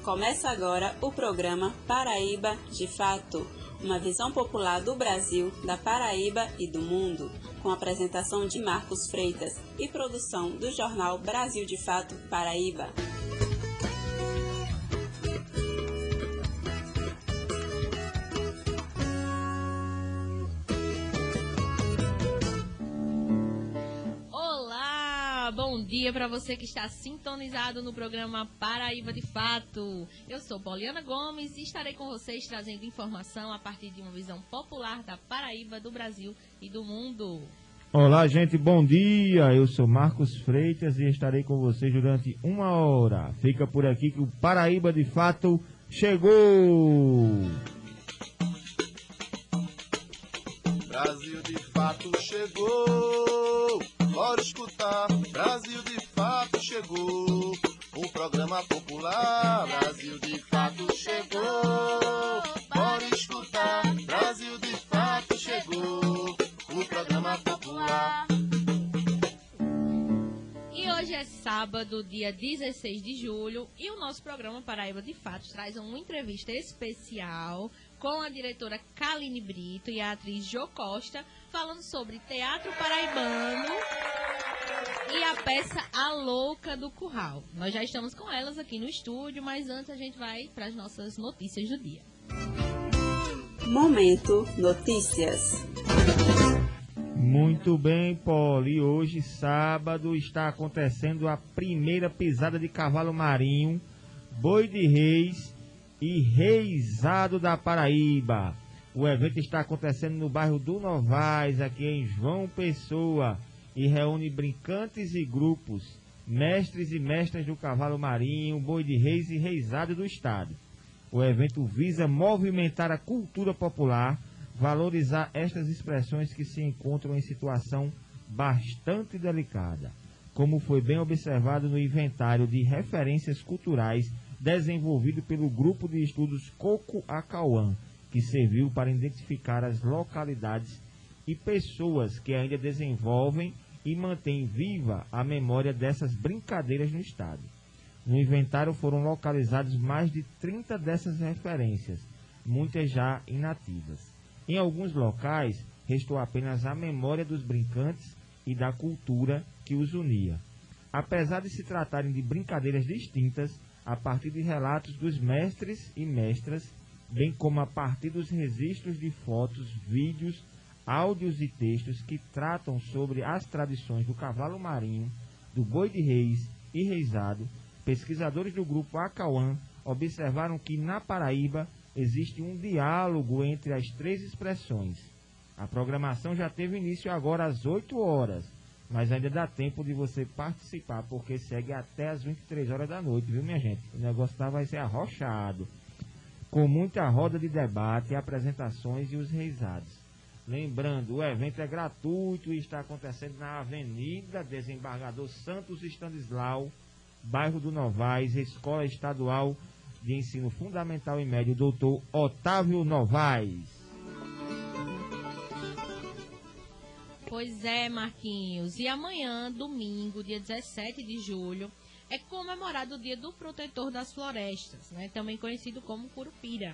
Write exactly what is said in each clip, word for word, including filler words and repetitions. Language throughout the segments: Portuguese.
Começa agora o programa Paraíba de Fato, uma visão popular do Brasil, da Paraíba e do mundo, com apresentação de Marcos Freitas e produção do jornal Brasil de Fato Paraíba. Bom dia para você que está sintonizado no programa Paraíba de Fato. Eu sou Poliana Gomes e estarei com vocês trazendo informação a partir de uma visão popular da Paraíba, do Brasil e do mundo. Olá, gente, bom dia. Eu sou Marcos Freitas e estarei com vocês durante uma hora. Fica por aqui que o Paraíba de Fato chegou. Brasil de Fato chegou. Bora escutar, Brasil de Fato chegou, o programa popular, Brasil de Fato chegou. Bora escutar, Brasil de Fato chegou, o programa popular. E hoje é sábado, dia dezesseis de julho, e o nosso programa Paraíba de Fato traz uma entrevista especial com a diretora Kaline Brito e a atriz Jo Costa, falando sobre teatro paraibano e a peça A Louca do Curral. Nós já estamos com elas aqui no estúdio, mas antes a gente vai para as nossas notícias do dia. Momento Notícias. Muito bem, Poli. Hoje, sábado, está acontecendo a primeira pisada de cavalo marinho, Boi de Reis e Reisado da Paraíba. O evento está acontecendo no bairro do Novais, aqui em João Pessoa, e reúne brincantes e grupos, mestres e mestras do cavalo marinho, Boi de Reis e Reisado do estado. O evento visa movimentar a cultura popular, valorizar estas expressões que se encontram em situação bastante delicada, como foi bem observado no inventário de referências culturais desenvolvido pelo Grupo de Estudos Coco Acauã, que serviu para identificar as localidades e pessoas que ainda desenvolvem e mantêm viva a memória dessas brincadeiras no estado. No inventário foram localizados mais de trinta dessas referências, muitas já inativas. Em alguns locais, restou apenas a memória dos brincantes e da cultura que os unia. Apesar de se tratarem de brincadeiras distintas, a partir de relatos dos mestres e mestras, bem como a partir dos registros de fotos, vídeos, áudios e textos que tratam sobre as tradições do cavalo marinho, do boi de reis e reisado, pesquisadores do grupo Acauã observaram que na Paraíba existe um diálogo entre as três expressões. A programação já teve início agora às oito horas, mas ainda dá tempo de você participar, porque segue até às vinte e três horas da noite, viu, minha gente? O negócio tá, vai ser arrochado, com muita roda de debate, apresentações e os reisados. Lembrando, o evento é gratuito e está acontecendo na Avenida Desembargador Santos Stanislau, bairro do Novais, Escola Estadual de Ensino Fundamental e Médio, doutor Otávio Novaes. Pois é, Marquinhos. E amanhã, domingo, dia dezessete de julho, é comemorado o Dia do Protetor das Florestas, né? Também conhecido como Curupira.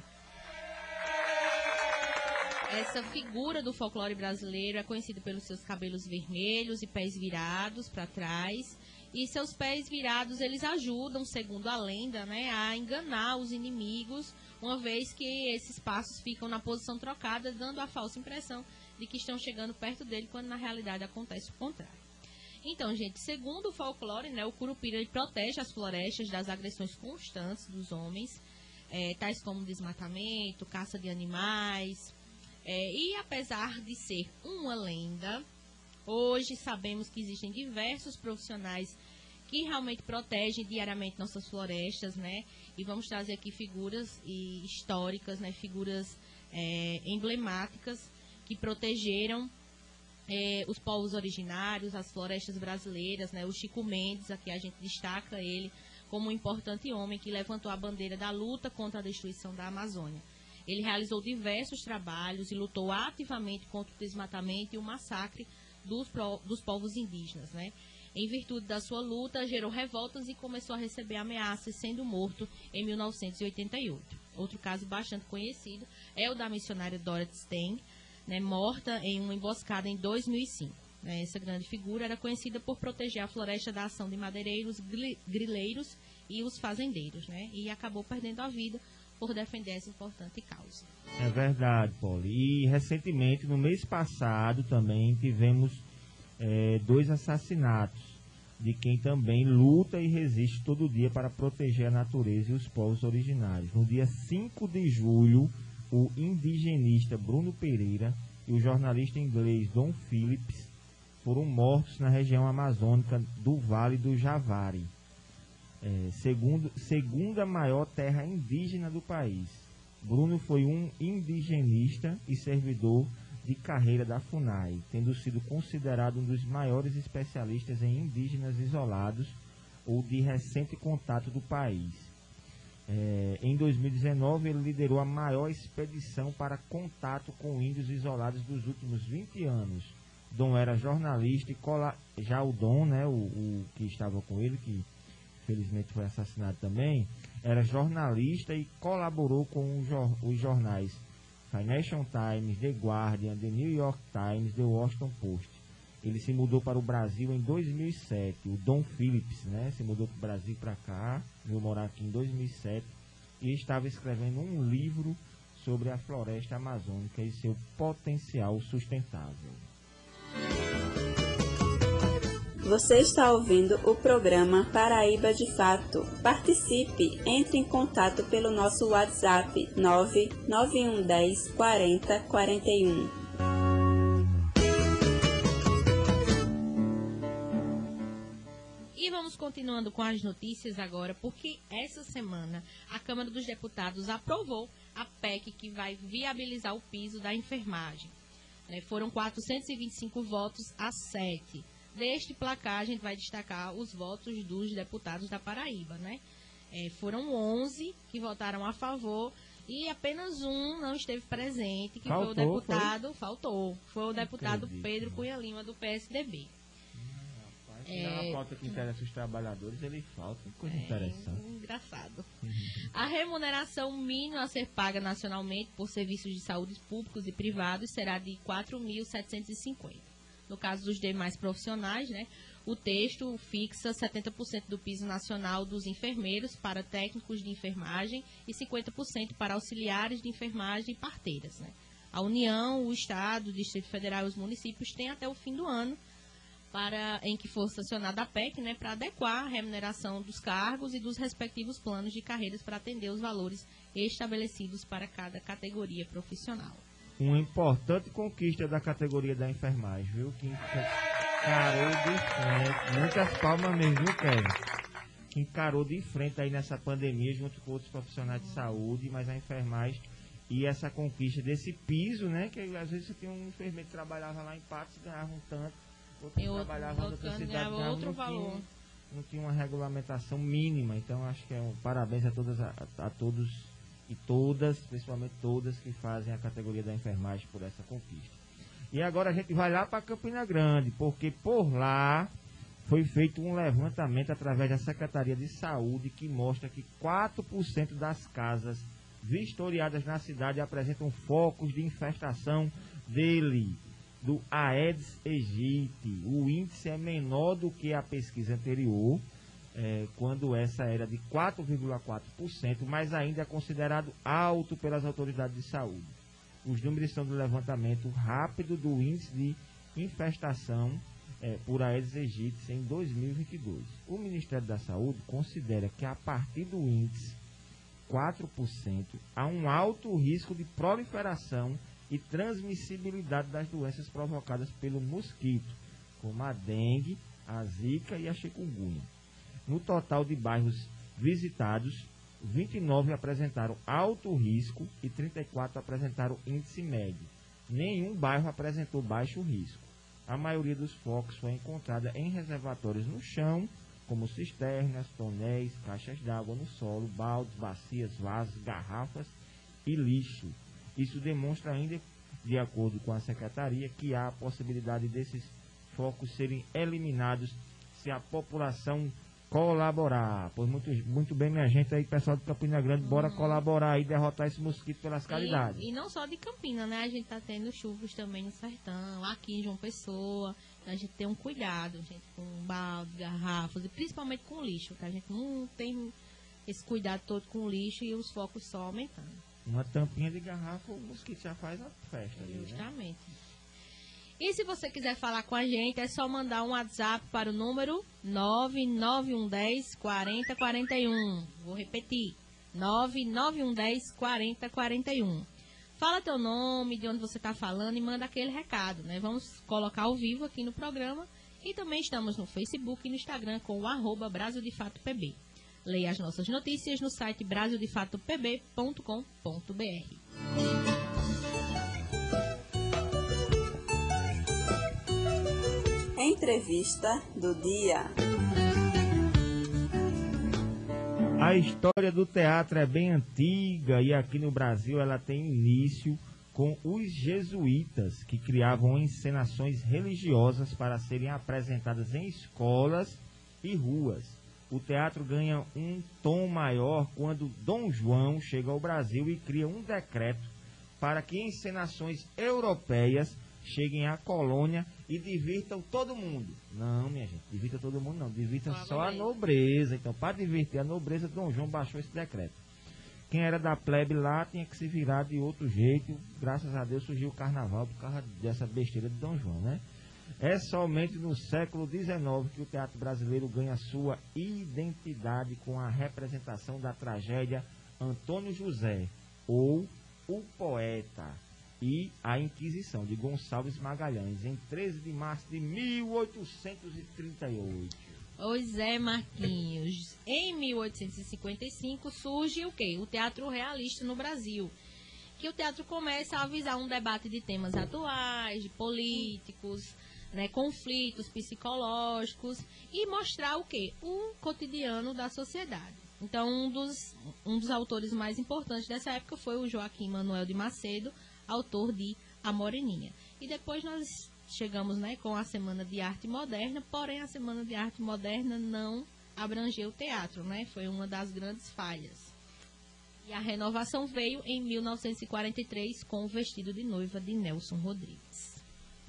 Essa figura do folclore brasileiro é conhecida pelos seus cabelos vermelhos e pés virados para trás. E seus pés virados, eles ajudam, segundo a lenda, né, a enganar os inimigos, uma vez que esses passos ficam na posição trocada, dando a falsa impressão de que estão chegando perto dele, quando na realidade acontece o contrário. Então, gente, segundo o folclore, né, o Curupira ele protege as florestas das agressões constantes dos homens, é, tais como desmatamento, caça de animais. É, e apesar de ser uma lenda, hoje sabemos que existem diversos profissionais que realmente protegem diariamente nossas florestas, né? E vamos trazer aqui figuras e históricas, né? Figuras é, emblemáticas que protegeram é, os povos originários, as florestas brasileiras, né? O Chico Mendes, aqui a gente destaca ele como um importante homem que levantou a bandeira da luta contra a destruição da Amazônia. Ele realizou diversos trabalhos e lutou ativamente contra o desmatamento e o massacre dos, dos povos indígenas, né? Em virtude da sua luta, gerou revoltas e começou a receber ameaças, sendo morto em mil novecentos e oitenta e oito. Outro caso bastante conhecido é o da missionária Dorothy Stein, né, morta em uma emboscada em dois mil e cinco. Né, essa grande figura era conhecida por proteger a floresta da ação de madeireiros, grileiros e os fazendeiros, né, e acabou perdendo a vida por defender essa importante causa. É verdade, Paulo. E recentemente, no mês passado, também tivemos é, dois assassinatos de quem também luta e resiste todo dia para proteger a natureza e os povos originários. No dia cinco de julho, o indigenista Bruno Pereira e o jornalista inglês Don Phillips foram mortos na região amazônica do Vale do Javari, é, segundo, segunda maior terra indígena do país. Bruno foi um indigenista e servidor de carreira da FUNAI, tendo sido considerado um dos maiores especialistas em indígenas isolados ou de recente contato do país. É, em dois mil e dezenove, ele liderou a maior expedição para contato com índios isolados dos últimos vinte anos. Dom era jornalista e cola... já o Dom, né, o, o que estava com ele, que felizmente foi assassinado também, era jornalista e colaborou com os jornais Financial Times, The Guardian, The New York Times, The Washington Post. Ele se mudou para o Brasil em dois mil e sete. O Don Phillips, né, se mudou para o Brasil para cá, veio morar aqui em dois mil e sete e estava escrevendo um livro sobre a floresta amazônica e seu potencial sustentável. Você está ouvindo o programa Paraíba de Fato. Participe, entre em contato pelo nosso WhatsApp nove nove um um zero quarenta quarenta e um. E vamos continuando com as notícias agora, porque essa semana a Câmara dos Deputados aprovou a P E C que vai viabilizar o piso da enfermagem. Né, foram quatrocentos e vinte e cinco votos a sete. Deste placar, a gente vai destacar os votos dos deputados da Paraíba, né? É, foram onze que votaram a favor e apenas um não esteve presente, que faltou, foi o deputado, foi? faltou, foi o deputado Acredito, Pedro né? Cunha Lima, do P S D B. Se é uma pauta que interessa os trabalhadores, ele falta. Que coisa É, interessante. Engraçado. A remuneração mínima a ser paga nacionalmente por serviços de saúde públicos e privados será de quatro mil setecentos e cinquenta. No caso dos demais profissionais, né, o texto fixa setenta por cento do piso nacional dos enfermeiros para técnicos de enfermagem e cinquenta por cento para auxiliares de enfermagem e parteiras. Né. A União, o Estado, o Distrito Federal e os municípios têm até o fim do ano para, em que for sancionada a P E C, né, para adequar a remuneração dos cargos e dos respectivos planos de carreiras para atender os valores estabelecidos para cada categoria profissional. Uma importante conquista da categoria da enfermagem, viu? Que encarou de frente, muitas palmas mesmo, viu, Kevin? Que encarou de frente aí nessa pandemia junto com outros profissionais de saúde, mas a enfermagem e essa conquista desse piso, né? Que às vezes você tem um enfermeiro que trabalhava lá em Patos, ganhava um tanto, outro que outro, trabalhava em outra cidade, ganhava outro não valor. Tinha, não tinha uma regulamentação mínima, então acho que é um parabéns a todas a, a todos e todas, principalmente todas que fazem a categoria da enfermagem por essa conquista. E agora a gente vai lá para Campina Grande, porque por lá foi feito um levantamento através da Secretaria de Saúde que mostra que quatro por cento das casas vistoriadas na cidade apresentam focos de infestação dele, do Aedes aegypti. O índice é menor do que a pesquisa anterior, É, quando essa era de quatro vírgula quatro por cento, mas ainda é considerado alto pelas autoridades de saúde. Os números são do levantamento rápido do índice de infestação é, por Aedes aegypti em dois mil e vinte e dois. O Ministério da Saúde considera que a partir do índice quatro por cento há um alto risco de proliferação e transmissibilidade das doenças provocadas pelo mosquito, como a dengue, a zika e a chikungunya. No total de bairros visitados, vinte e nove apresentaram alto risco e trinta e quatro apresentaram índice médio. Nenhum bairro apresentou baixo risco. A maioria dos focos foi encontrada em reservatórios no chão, como cisternas, tonéis, caixas d'água no solo, baldes, bacias, vasos, garrafas e lixo. Isso demonstra ainda, de acordo com a Secretaria, que há a possibilidade desses focos serem eliminados se a população colaborar. Pois muito, muito bem, minha gente aí, pessoal de Campina Grande, bora hum. colaborar e derrotar esse mosquito pelas caridades. E, e não só de Campina, né? A gente tá tendo chuvas também no sertão, aqui em João Pessoa. A gente tem um cuidado, gente, com balde, garrafas e principalmente com lixo, que a gente não tem esse cuidado todo com o lixo e os focos só aumentando. Uma tampinha de garrafa, o mosquito já faz a festa ali, justamente. Né? E se você quiser falar com a gente, é só mandar um WhatsApp para o número nove nove um um zero, quatro zero quatro um. Vou repetir, nove nove um um zero, quatro zero quatro um. Fala teu nome, de onde você está falando e manda aquele recado, né? Vamos colocar ao vivo aqui no programa. E também estamos no Facebook e no Instagram com o arroba Brasil de Fato P B. Leia as nossas notícias no site brasil de fato p b ponto com ponto b r. Entrevista do dia. A história do teatro é bem antiga e aqui no Brasil ela tem início com os jesuítas, que criavam encenações religiosas para serem apresentadas em escolas e ruas. O teatro ganha um tom maior quando Dom João chega ao Brasil e cria um decreto para que encenações europeias cheguem à colônia e divirtam todo mundo. Não, minha gente, divirta todo mundo não, divirta ah, só a nobreza. Então, para divertir a nobreza, Dom João baixou esse decreto. Quem era da plebe lá tinha que se virar de outro jeito. Graças a Deus surgiu o carnaval por causa dessa besteira de Dom João, né? É somente no século dezenove que o teatro brasileiro ganha sua identidade com a representação da tragédia Antônio José, ou O Poeta, e a Inquisição, de Gonçalves Magalhães, em treze de março de mil oitocentos e trinta e oito. Pois é, Marquinhos. Em mil oitocentos e cinquenta e cinco surge o quê? O teatro realista no Brasil. Que o teatro começa a avisar um debate de temas atuais, de políticos, né, conflitos psicológicos e mostrar o quê? O cotidiano da sociedade. Então, um dos, um dos autores mais importantes dessa época foi o Joaquim Manuel de Macedo, autor de A Moreninha. E depois nós chegamos, né, com a Semana de Arte Moderna, porém a Semana de Arte Moderna não abrangeu o teatro, né? Foi uma das grandes falhas. E a renovação veio em mil novecentos e quarenta e três com o Vestido de Noiva de Nelson Rodrigues.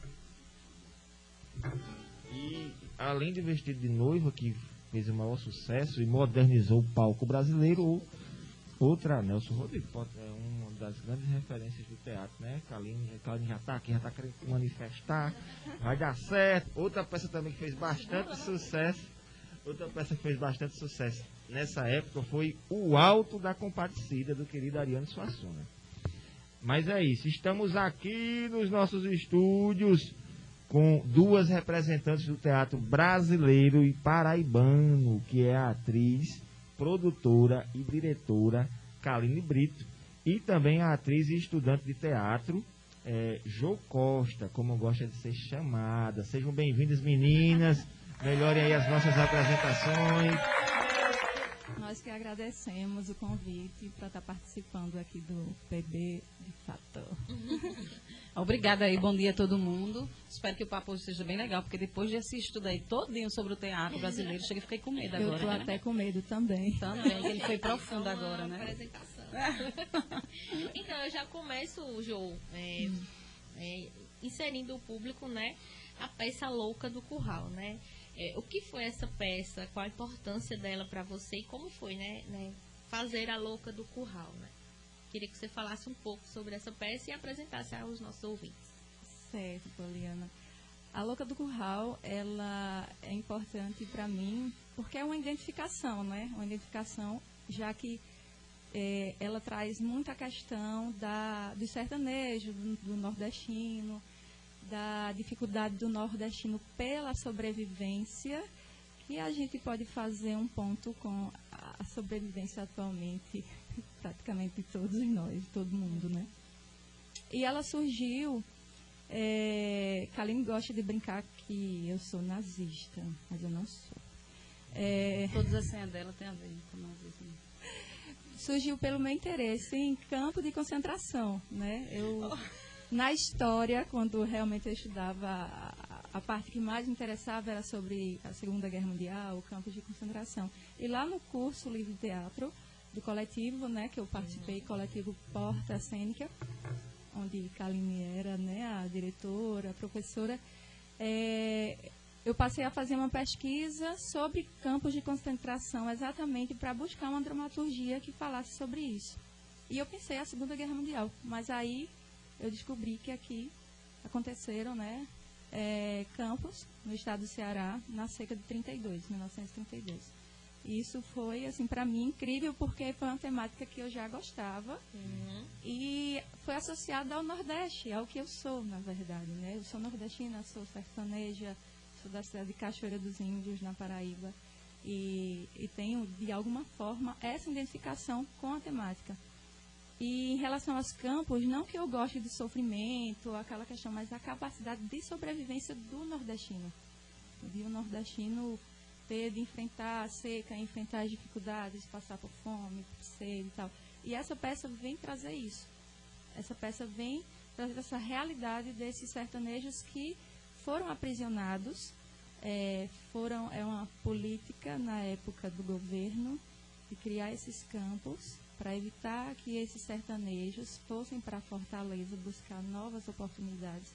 E além de Vestido de Noiva, que fez o maior sucesso e modernizou o palco brasileiro, outra, Nelson Rodrigues, é uma das grandes referências do teatro, né? Kaline, Kaline já está aqui, já está querendo manifestar, vai dar certo. Outra peça também que fez bastante sucesso, outra peça que fez bastante sucesso nessa época foi O Alto da Compadecida, do querido Ariano Suassuna. Mas é isso, estamos aqui nos nossos estúdios com duas representantes do teatro brasileiro e paraibano, que é a atriz, produtora e diretora Kaline Brito, e também a atriz e estudante de teatro é, Jo Costa, como gosta de ser chamada. Sejam bem-vindas, meninas, melhorem aí as nossas apresentações. Nós que agradecemos o convite para estar participando aqui do P B de Fato. Obrigada aí, bom dia a todo mundo. Espero que o papo hoje seja bem legal, porque depois desse estudo aí todinho sobre o teatro brasileiro, chega e fiquei com medo agora. Eu tô né? até com medo também. Também, ele foi profundo agora, né? Apresentação. Então, eu já começo, Jô, é, hum. é, inserindo o público, né, a peça Louca do Curral, né? É, o que foi essa peça? Qual a importância dela para você e como foi, né, né, fazer a Louca do Curral, né? Queria que você falasse um pouco sobre essa peça e apresentasse aos nossos ouvintes. Certo, Poliana. A Louca do Curral, ela é importante para mim porque é uma identificação, né? Uma identificação, já que é, ela traz muita questão da, do sertanejo, do, do nordestino, da dificuldade do nordestino pela sobrevivência, que a gente pode fazer um ponto com a sobrevivência atualmente, praticamente de todos nós, todo mundo, né? E ela surgiu, é, Kaline gosta de brincar que eu sou nazista, mas eu não sou. É, Todas as senhas dela tem a ver com nazismo. Surgiu pelo meu interesse em campo de concentração, né? Eu... Oh. Na história, quando realmente eu estudava a, a parte que mais me interessava era sobre a Segunda Guerra Mundial, o campo de concentração. E lá no curso Livre Teatro do coletivo, né, que eu participei, coletivo Porta Cênica, onde Kaline era, né, a diretora, a professora, é, eu passei a fazer uma pesquisa sobre campos de concentração, exatamente para buscar uma dramaturgia que falasse sobre isso. E eu pensei a Segunda Guerra Mundial, mas aí eu descobri que aqui aconteceram, né, é, campos no estado do Ceará na seca de trinta e dois, mil novecentos e trinta e dois. E isso foi, assim, para mim incrível, porque foi uma temática que eu já gostava uhum. e foi associada ao Nordeste, ao que eu sou, na verdade, né? Eu sou nordestina, sou sertaneja, sou da cidade de Cachoeira dos Índios, na Paraíba, e, e tenho, de alguma forma, essa identificação com a temática. E em relação aos campos, não que eu goste de sofrimento, aquela questão, mas a capacidade de sobrevivência do nordestino. De o nordestino ter de enfrentar a seca, enfrentar as dificuldades, passar por fome, por sede e tal. E essa peça vem trazer isso. Essa peça vem trazer essa realidade desses sertanejos que foram aprisionados, é, foram, é uma política na época do governo de criar esses campos para evitar que esses sertanejos fossem para Fortaleza buscar novas oportunidades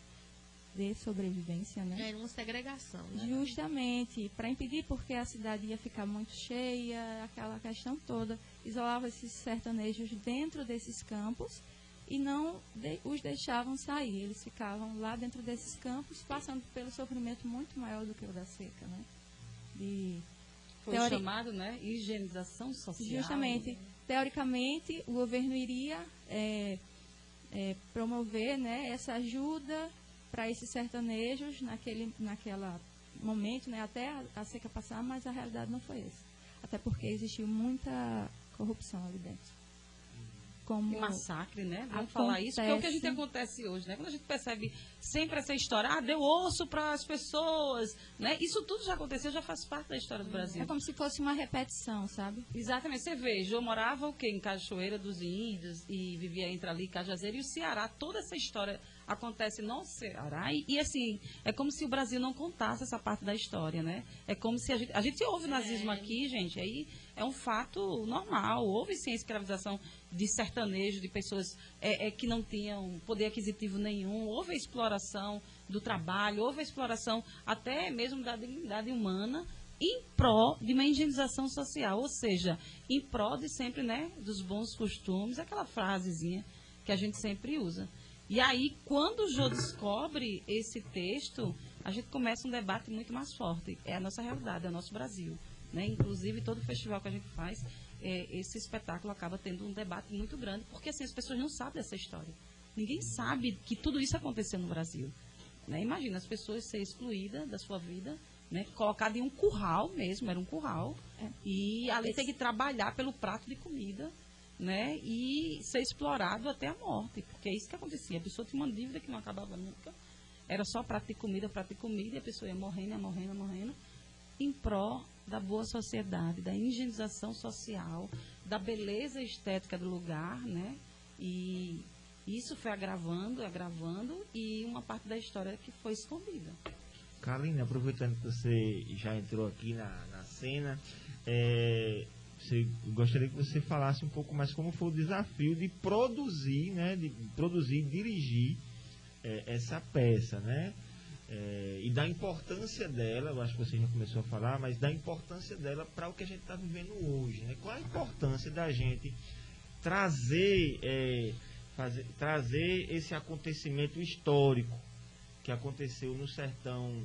de sobrevivência, né? Era uma segregação, né? Justamente, para impedir, porque a cidade ia ficar muito cheia, aquela questão toda. Isolava esses sertanejos dentro desses campos e não de, os deixavam sair. Eles ficavam lá dentro desses campos, passando pelo sofrimento muito maior do que o da seca, né? De, Foi teori... chamado, né? Higienização social. Justamente. Teoricamente, o governo iria é, é, promover, né, essa ajuda para esses sertanejos naquele naquela momento, né, até a, a seca passar, mas a realidade não foi essa. Até porque existiu muita corrupção ali dentro. Como e massacre, né? Vamos acontece... falar isso, porque é o que a gente acontece hoje, né? Quando a gente percebe sempre essa história, ah, deu osso para as pessoas, né? Isso tudo já aconteceu, já faz parte da história do Brasil. É como se fosse uma repetição, sabe? Exatamente. Você vê, Jô morava o quê? Em Cachoeira dos Índios e vivia entre ali Cajazeiro e o Ceará. Toda essa história acontece no Ceará e, e assim, é como se o Brasil não contasse essa parte da história, né? É como se a gente, a gente ouve nazismo é. aqui, gente, aí é um fato normal. Houve sim a escravização de sertanejos, de pessoas é, é, que não tinham poder aquisitivo nenhum. Houve a exploração do trabalho, houve a exploração até mesmo da dignidade humana em pró de uma higienização social, ou seja, em pró de sempre, né, dos bons costumes, aquela frasezinha que a gente sempre usa. E aí, quando o Jô descobre esse texto, a gente começa um debate muito mais forte. É a nossa realidade, é o nosso Brasil, né? Inclusive, todo festival que a gente faz, é, esse espetáculo acaba tendo um debate muito grande, porque assim, as pessoas não sabem dessa história. Ninguém sabe que tudo isso aconteceu no Brasil, né? Imagina as pessoas serem excluídas da sua vida, né? Colocadas em um curral mesmo, era um curral, é. E ali esse... tem que trabalhar pelo prato de comida, né? E ser explorado até a morte, porque é isso que acontecia. A pessoa tinha uma dívida que não acabava nunca, era só prato de comida, prato de comida, e a pessoa ia morrendo, ia morrendo, ia morrendo, em pró da boa sociedade, da higienização social, da beleza estética do lugar, né? E isso foi agravando, agravando, e uma parte da história que foi escondida. Kaline, aproveitando que você já entrou aqui na, na cena, é, você, gostaria que você falasse um pouco mais como foi o desafio de produzir, né? De produzir e dirigir é, essa peça, né? É, e da importância dela, eu acho que você já começou a falar, mas da importância dela para o que a gente está vivendo hoje, né? Qual a importância da gente trazer, é, fazer, trazer esse acontecimento histórico que aconteceu no sertão,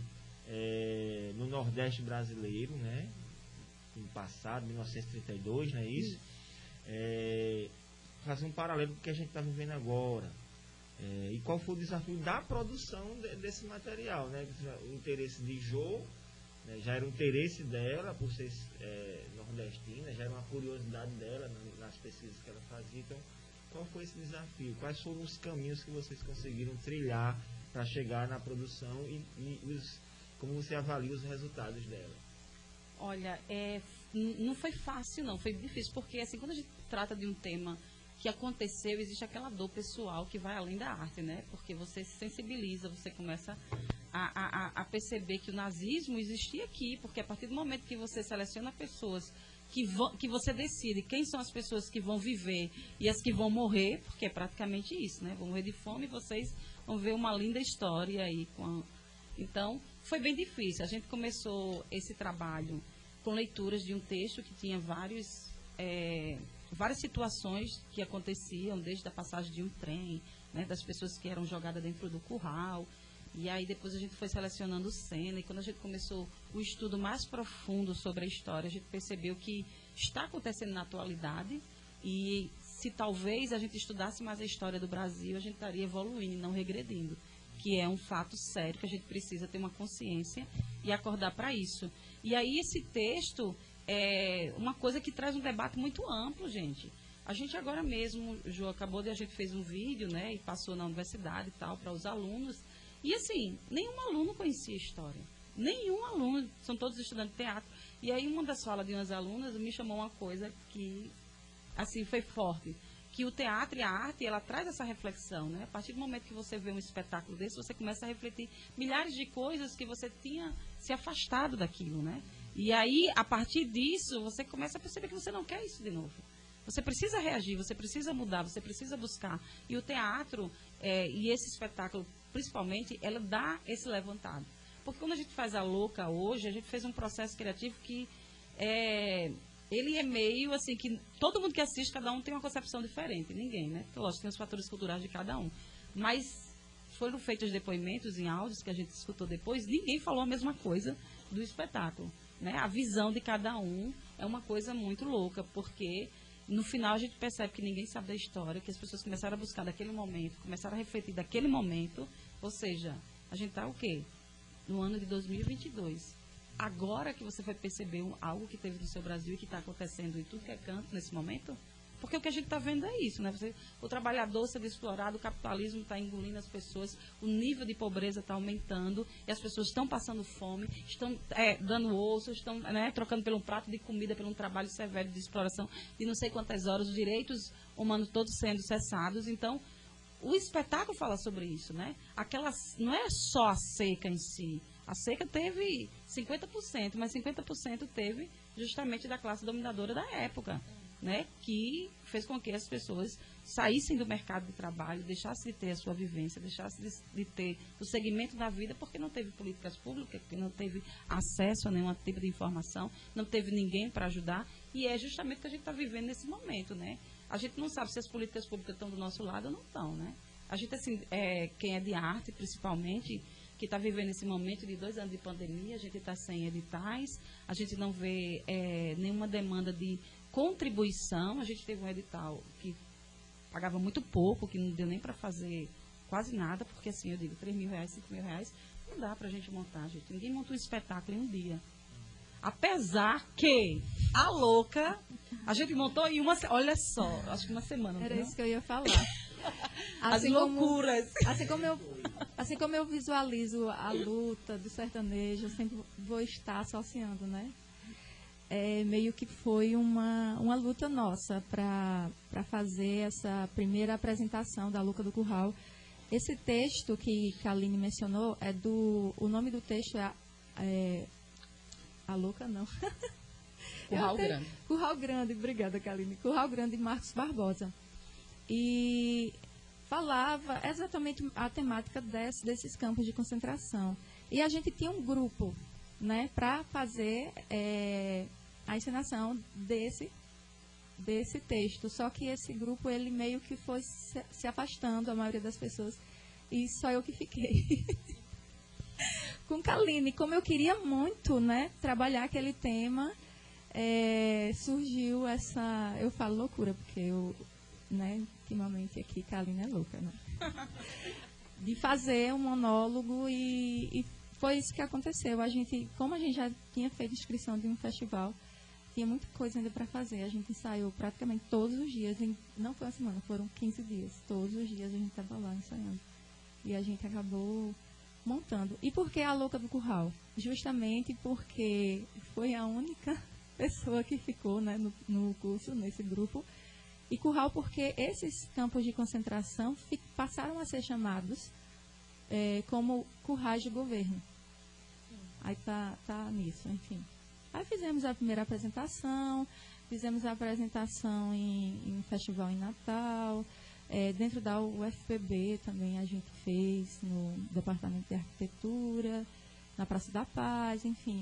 é, no Nordeste brasileiro, né? No passado, mil novecentos e trinta e dois, não é isso? É, fazer um paralelo com o que a gente está vivendo agora. É, e qual foi o desafio da produção de, desse material, né? O interesse de Jô, né? Já era um interesse dela por ser é, nordestina, já era uma curiosidade dela nas pesquisas que ela fazia. Então, qual foi esse desafio? Quais foram os caminhos que vocês conseguiram trilhar para chegar na produção e, e os, como você avalia os resultados dela? Olha, é, não foi fácil não, foi difícil, porque assim, quando a gente trata de um tema que aconteceu, existe aquela dor pessoal que vai além da arte, né? Porque você se sensibiliza, você começa a, a, a perceber que o nazismo existia aqui, porque a partir do momento que você seleciona pessoas, que, vão, que você decide quem são as pessoas que vão viver e as que vão morrer, porque é praticamente isso, né? Vão morrer de fome e vocês vão ver uma linda história aí. Com a... Então, foi bem difícil. A gente começou esse trabalho com leituras de um texto que tinha vários, é, várias situações que aconteciam, desde a passagem de um trem, né, das pessoas que eram jogadas dentro do curral. E aí depois a gente foi selecionando cena, e quando a gente começou o estudo mais profundo sobre a história, a gente percebeu que está acontecendo na atualidade, e se talvez a gente estudasse mais a história do Brasil, a gente estaria evoluindo e não regredindo, que é um fato sério, que a gente precisa ter uma consciência e acordar para isso. E aí esse texto é uma coisa que traz um debate muito amplo, gente. A gente agora mesmo, o João acabou de, a gente fez um vídeo, né, e passou na universidade e tal, para os alunos. E assim, nenhum aluno conhecia a história. Nenhum aluno, são todos estudantes de teatro. E aí uma das falas de umas alunas me chamou uma coisa que, assim, foi forte. Que o teatro e a arte, ela traz essa reflexão, né? A partir do momento que você vê um espetáculo desse, você começa a refletir milhares de coisas que você tinha se afastado daquilo, né? E aí, a partir disso, você começa a perceber que você não quer isso de novo. Você precisa reagir, você precisa mudar, você precisa buscar. E o teatro, é, e esse espetáculo, principalmente, ela dá esse levantado. Porque quando a gente faz a Louca hoje, a gente fez um processo criativo que é, ele é meio assim, que todo mundo que assiste, cada um tem uma concepção diferente. Ninguém, né? Lógico, tem os fatores culturais de cada um. Mas foram feitos depoimentos em áudios que a gente escutou depois, ninguém falou a mesma coisa do espetáculo, né? A visão de cada um é uma coisa muito louca, porque no final a gente percebe que ninguém sabe da história, que as pessoas começaram a buscar daquele momento, começaram a refletir daquele momento, ou seja, a gente está o quê? No ano de dois mil e vinte e dois. Agora que você vai perceber um, algo que teve no seu Brasil e que está acontecendo em tudo que é canto nesse momento, porque o que a gente está vendo é isso, né? Você, o trabalhador sendo explorado, o capitalismo está engolindo as pessoas, o nível de pobreza está aumentando, e as pessoas estão passando fome, estão é, dando osso, estão, né, trocando pelo um prato de comida, pelo um trabalho severo de exploração de não sei quantas horas, os direitos humanos todos sendo cessados. Então, o espetáculo fala sobre isso, né? Aquela, não é só a seca em si. A seca teve cinquenta por cento, mas cinquenta por cento teve justamente da classe dominadora da época, né, que fez com que as pessoas saíssem do mercado de trabalho, deixassem de ter a sua vivência, deixassem de, de ter o segmento da vida, porque não teve políticas públicas, porque não teve acesso a nenhum tipo de informação, não teve ninguém para ajudar, e é justamente o que a gente está vivendo nesse momento, né? A gente não sabe se as políticas públicas estão do nosso lado ou não estão, né? A gente, assim, é, quem é de arte, principalmente, que está vivendo esse momento de dois anos de pandemia, a gente está sem editais, a gente não vê é, nenhuma demanda de contribuição. A gente teve um edital que pagava muito pouco, que não deu nem para fazer quase nada, porque assim, eu digo, três mil reais, cinco mil reais, não dá para a gente montar, gente. Ninguém monta um espetáculo em um dia. Apesar que a Louca, a gente montou em uma, olha só, acho que uma semana. Era não? isso que eu ia falar. As Assim loucuras. Como, assim, como eu, assim como eu visualizo a luta do sertanejo, eu sempre vou estar associando, né? É, meio que foi uma, uma luta nossa para fazer essa primeira apresentação da Louca do Curral. Esse texto que a Aline mencionou, é do, o nome do texto é, é A Louca, não. Curral Grande. Curral Grande, obrigada, Kaline. Curral Grande de Marcos Barbosa. E falava exatamente a temática desse, desses campos de concentração. E a gente tinha um grupo, né, para fazer é, a encenação desse, desse texto. Só que esse grupo, ele meio que foi se, se afastando, a maioria das pessoas, e só eu que fiquei. Com Kaline, como eu queria muito, né, trabalhar aquele tema, é, surgiu essa... Eu falo loucura, porque eu, né, ultimamente aqui, Kaline é louca, né? De fazer um monólogo e, e foi isso que aconteceu. A gente, como a gente já tinha feito inscrição de um festival, tinha muita coisa ainda para fazer. A gente ensaiou praticamente todos os dias, em, não foi uma semana, foram quinze dias. Todos os dias a gente estava lá ensaiando. E a gente acabou montando. E por que a Louca do Curral? Justamente porque foi a única pessoa que ficou, né, no, no curso, nesse grupo. E Curral porque esses campos de concentração fi, passaram a ser chamados é, como currais de governo. Aí tá, tá nisso, enfim. Aí fizemos a primeira apresentação, fizemos a apresentação em, em festival em Natal, é, dentro da U F P B também a gente fez, no Departamento de Arquitetura, na Praça da Paz, enfim.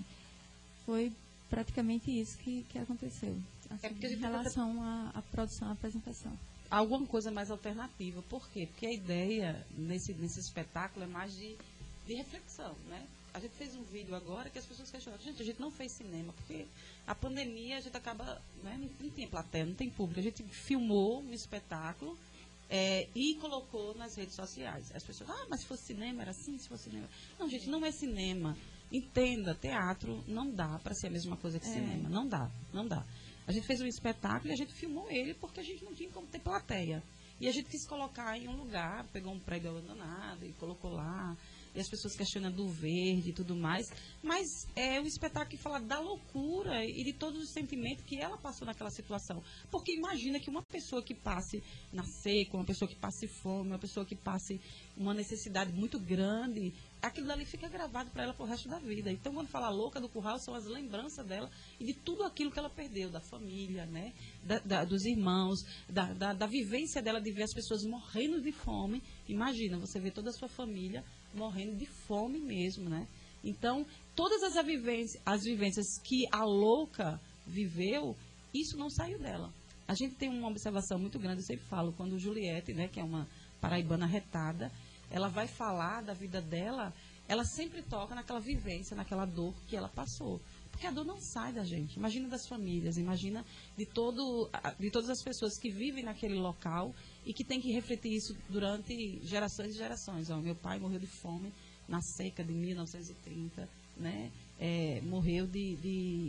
Foi praticamente isso que, que aconteceu, assim, É em relação à, à produção, à apresentação. Alguma coisa mais alternativa. Por quê? Porque a ideia nesse, nesse espetáculo é mais de, de reflexão, né? A gente fez um vídeo agora que as pessoas questionam, gente, a gente não fez cinema, porque a pandemia a gente acaba, né, não, não tem plateia, não tem público. A gente filmou um espetáculo é, e colocou nas redes sociais. As pessoas, ah, mas se fosse cinema, era assim, se fosse cinema. Não, gente, não é cinema. Entenda, teatro não dá para ser a mesma coisa que é. cinema. Não dá, não dá. A gente fez um espetáculo e a gente filmou ele porque a gente não tinha como ter plateia. E a gente quis colocar em um lugar, pegou um prédio abandonado e colocou lá. E as pessoas questionam do verde e tudo mais. Mas é um espetáculo que fala da loucura e de todos os sentimentos que ela passou naquela situação. Porque imagina que uma pessoa que passe na seca, uma pessoa que passe fome, uma pessoa que passe uma necessidade muito grande, aquilo dali fica gravado para ela pro resto da vida. Então, quando fala louca do curral, são as lembranças dela e de tudo aquilo que ela perdeu, da família, né? da, da, dos irmãos, da, da, da vivência dela de ver as pessoas morrendo de fome. Imagina, você vê toda a sua família morrendo de fome mesmo, né? Então, todas as vivências, as vivências que a louca viveu, isso não saiu dela. A gente tem uma observação muito grande, eu sempre falo, quando Juliette, né, que é uma paraibana retada, ela vai falar da vida dela, ela sempre toca naquela vivência, naquela dor que ela passou. Porque a dor não sai da gente. Imagina das famílias, imagina de, todo, de todas as pessoas que vivem naquele local e que tem que refletir isso durante gerações e gerações. Ó, meu pai morreu de fome na seca de mil novecentos e trinta, né? É, morreu de, de,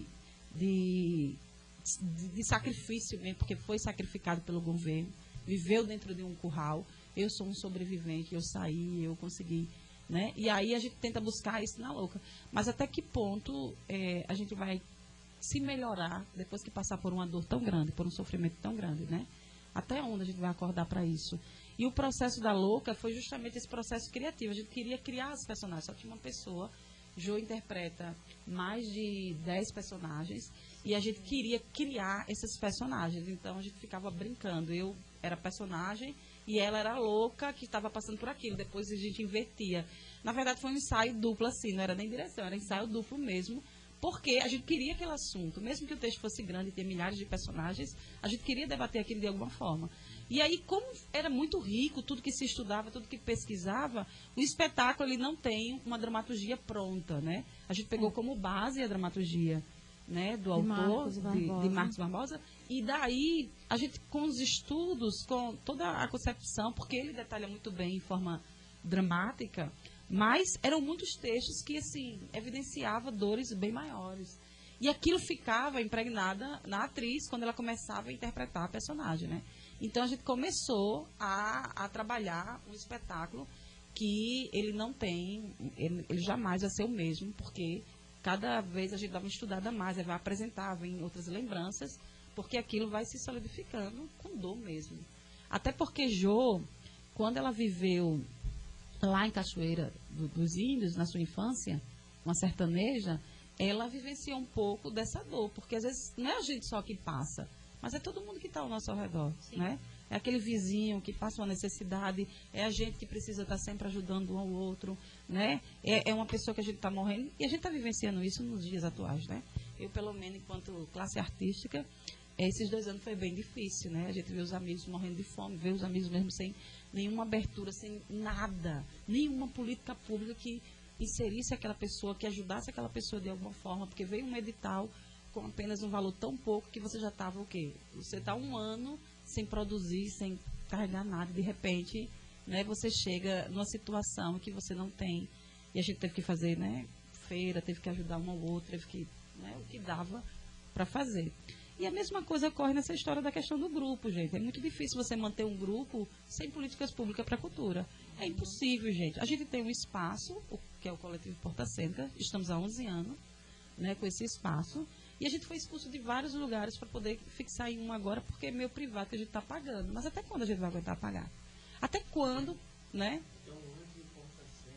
de, de, de sacrifício mesmo, porque foi sacrificado pelo governo, viveu dentro de um curral. Eu sou um sobrevivente, eu saí, eu consegui, né? E aí a gente tenta buscar isso na louca. Mas até que ponto é, a gente vai se melhorar depois que passar por uma dor tão grande, por um sofrimento tão grande, né? Até onde a gente vai acordar para isso? E o processo da louca foi justamente esse processo criativo. A gente queria criar as personagens, só tinha uma pessoa. Jô interpreta mais de dez personagens e a gente queria criar esses personagens. Então a gente ficava brincando. Eu era personagem e ela era a louca que estava passando por aquilo. Depois a gente invertia. Na verdade foi um ensaio duplo assim, não era nem direção, era ensaio duplo mesmo. Porque a gente queria aquele assunto, mesmo que o texto fosse grande e tenha milhares de personagens, a gente queria debater aquilo de alguma forma. E aí, como era muito rico, tudo que se estudava, tudo que pesquisava, o espetáculo ele não tem uma dramaturgia pronta, né? A gente pegou como base a dramaturgia, né, do autor, Marcos de, de Marcos Barbosa, e daí a gente, com os estudos, com toda a concepção, porque ele detalha muito bem em forma dramática, mas eram muitos textos que, assim, evidenciavam dores bem maiores. E aquilo ficava impregnada na atriz quando ela começava a interpretar a personagem, né? Então, a gente começou a, a trabalhar um espetáculo que ele não tem, ele, ele jamais vai ser o mesmo, porque cada vez a gente dá uma estudada mais, vai apresentar, vem outras lembranças, porque aquilo vai se solidificando com dor mesmo. Até porque Jô, quando ela viveu lá em Cachoeira do, dos Índios, na sua infância, uma sertaneja, ela vivenciou um pouco dessa dor, porque às vezes não é a gente só que passa, mas é todo mundo que está ao nosso redor, né? É aquele vizinho que passa uma necessidade, é a gente que precisa estar sempre ajudando um ao outro, né? É, é uma pessoa que a gente está morrendo, e a gente está vivenciando isso nos dias atuais, né? Eu, pelo menos, enquanto classe artística, esses dois anos foi bem difícil, né? A gente vê os amigos morrendo de fome, vê os amigos mesmo sem nenhuma abertura, sem nada, nenhuma política pública que inserisse aquela pessoa, que ajudasse aquela pessoa de alguma forma, porque veio um edital com apenas um valor tão pouco que você já estava o quê? Você está um ano sem produzir, sem carregar nada, de repente, né, você chega numa situação que você não tem, e a gente teve que fazer, né, feira, teve que ajudar um ao outro, teve que, né, o que dava para fazer. E a mesma coisa ocorre nessa história da questão do grupo, gente. É muito difícil você manter um grupo sem políticas públicas para a cultura. É impossível, gente. A gente tem um espaço, que é o Coletivo Porta Cêntrica, estamos há onze anos, né, com esse espaço, e a gente foi expulso de vários lugares para poder fixar em um agora, porque é meio privado que a gente está pagando. Mas até quando a gente vai aguentar pagar? Até quando, né? Então, hoje o Porta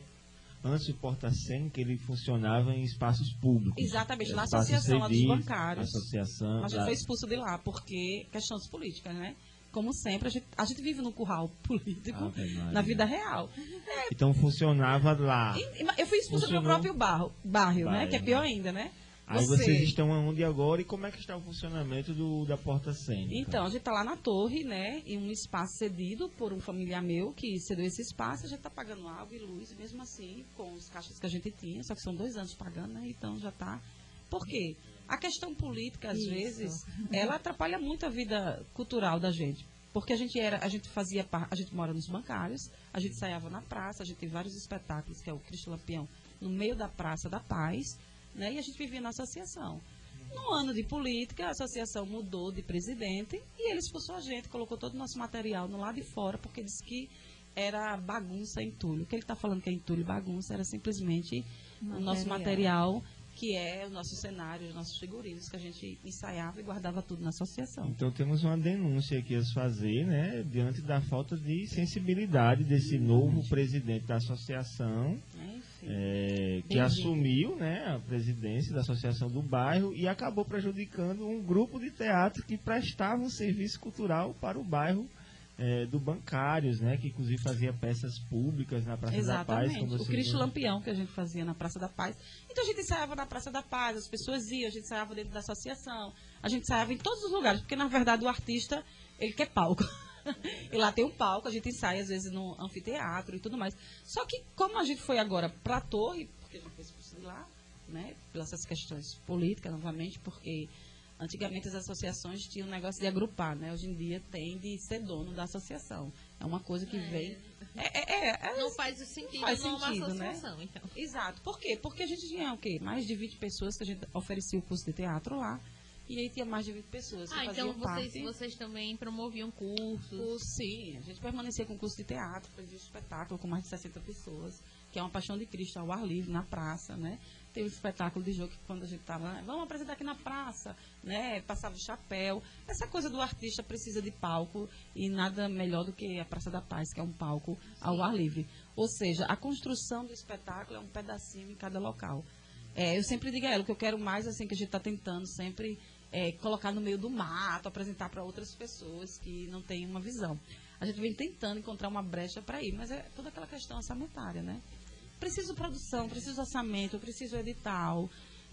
antes do Porta-Cem, que ele funcionava em espaços públicos. Exatamente, na Espaços associação lá dos civis, bancários. Associação. A gente da- foi expulso de lá, porque questões políticas, né? Como sempre, a gente, a gente vive num curral político Ave Maria. na vida real. Então funcionava lá. E- e- eu fui expulsa do meu Funcionou. próprio barro, bairro, né? Bairro. Que é pior ainda, né? Aí Você- vocês estão onde agora e como é que está o funcionamento do, da porta cênica? Então, a gente está lá na torre, né? Em um espaço cedido por um familiar meu que cedeu esse espaço. A gente está pagando água e luz, mesmo assim, com os caixas que a gente tinha. Só que são dois anos pagando, né? Então já está. Por quê? A questão política, às Isso. vezes, ela atrapalha muito a vida cultural da gente. Porque a gente era, a gente fazia, par- a gente mora nos bancários, a gente ensaiava na praça, a gente tem vários espetáculos, que é o Cristo Lampião, no meio da Praça da Paz, né? E a gente vivia na associação. No ano de política, a associação mudou de presidente e ele expulsou a gente, colocou todo o nosso material no lado de fora, porque disse que era bagunça, entulho. O que ele está falando que é entulho e bagunça era simplesmente o nosso material, que é o nosso cenário, os nossos figurinos, que a gente ensaiava e guardava tudo na associação. Então temos uma denúncia aqui a se fazer, né? Diante da falta de sensibilidade desse novo presidente da associação. Né? Enfim. É, que Bem-vindo. assumiu, né, a presidência da Associação do Bairro e acabou prejudicando um grupo de teatro que prestava um serviço cultural para o bairro é, do Bancários, né, que inclusive fazia peças públicas na Praça da Paz. Exatamente. como O vocês Cristo viram. Lampião que a gente fazia na Praça da Paz. Então a gente ensaiava na Praça da Paz, as pessoas iam, a gente ensaiava dentro da associação, a gente ensaiava em todos os lugares, porque na verdade o artista, ele quer palco. E lá tem um palco, a gente ensaia às vezes no anfiteatro e tudo mais. Só que como a gente foi agora para a torre, porque a gente foi expulso de lá, né, pelas essas questões políticas novamente, porque antigamente as associações tinham um negócio de agrupar, né? Hoje em dia tem de ser dono da associação. É uma coisa que vem... É, é, é, é- Não faz o sentido faz numa sentido, né? associação, então. Exato. Por quê? Porque a gente tinha o quê? Mais de vinte pessoas que a gente oferecia o curso de teatro lá. E aí tinha mais de vinte pessoas que Ah, faziam então vocês, parte. vocês também promoviam cursos. Curso, sim, a gente permanecia com curso de teatro, fazia um espetáculo com mais de sessenta pessoas, que é uma Paixão de Cristo ao ar livre, na praça, né? Teve um espetáculo de jogo que quando a gente estava, vamos apresentar aqui na praça, né? Passava o chapéu. Essa coisa do artista precisa de palco e nada melhor do que a Praça da Paz, que é um palco ao ar livre. Ou seja, a construção do espetáculo é um pedacinho em cada local. É, eu sempre digo a ela, o que eu quero mais, assim, que a gente está tentando sempre é, colocar no meio do mato, apresentar para outras pessoas que não têm uma visão. A gente vem tentando encontrar uma brecha para ir, mas é toda aquela questão orçamentária, né? Preciso produção, preciso orçamento, eu preciso edital.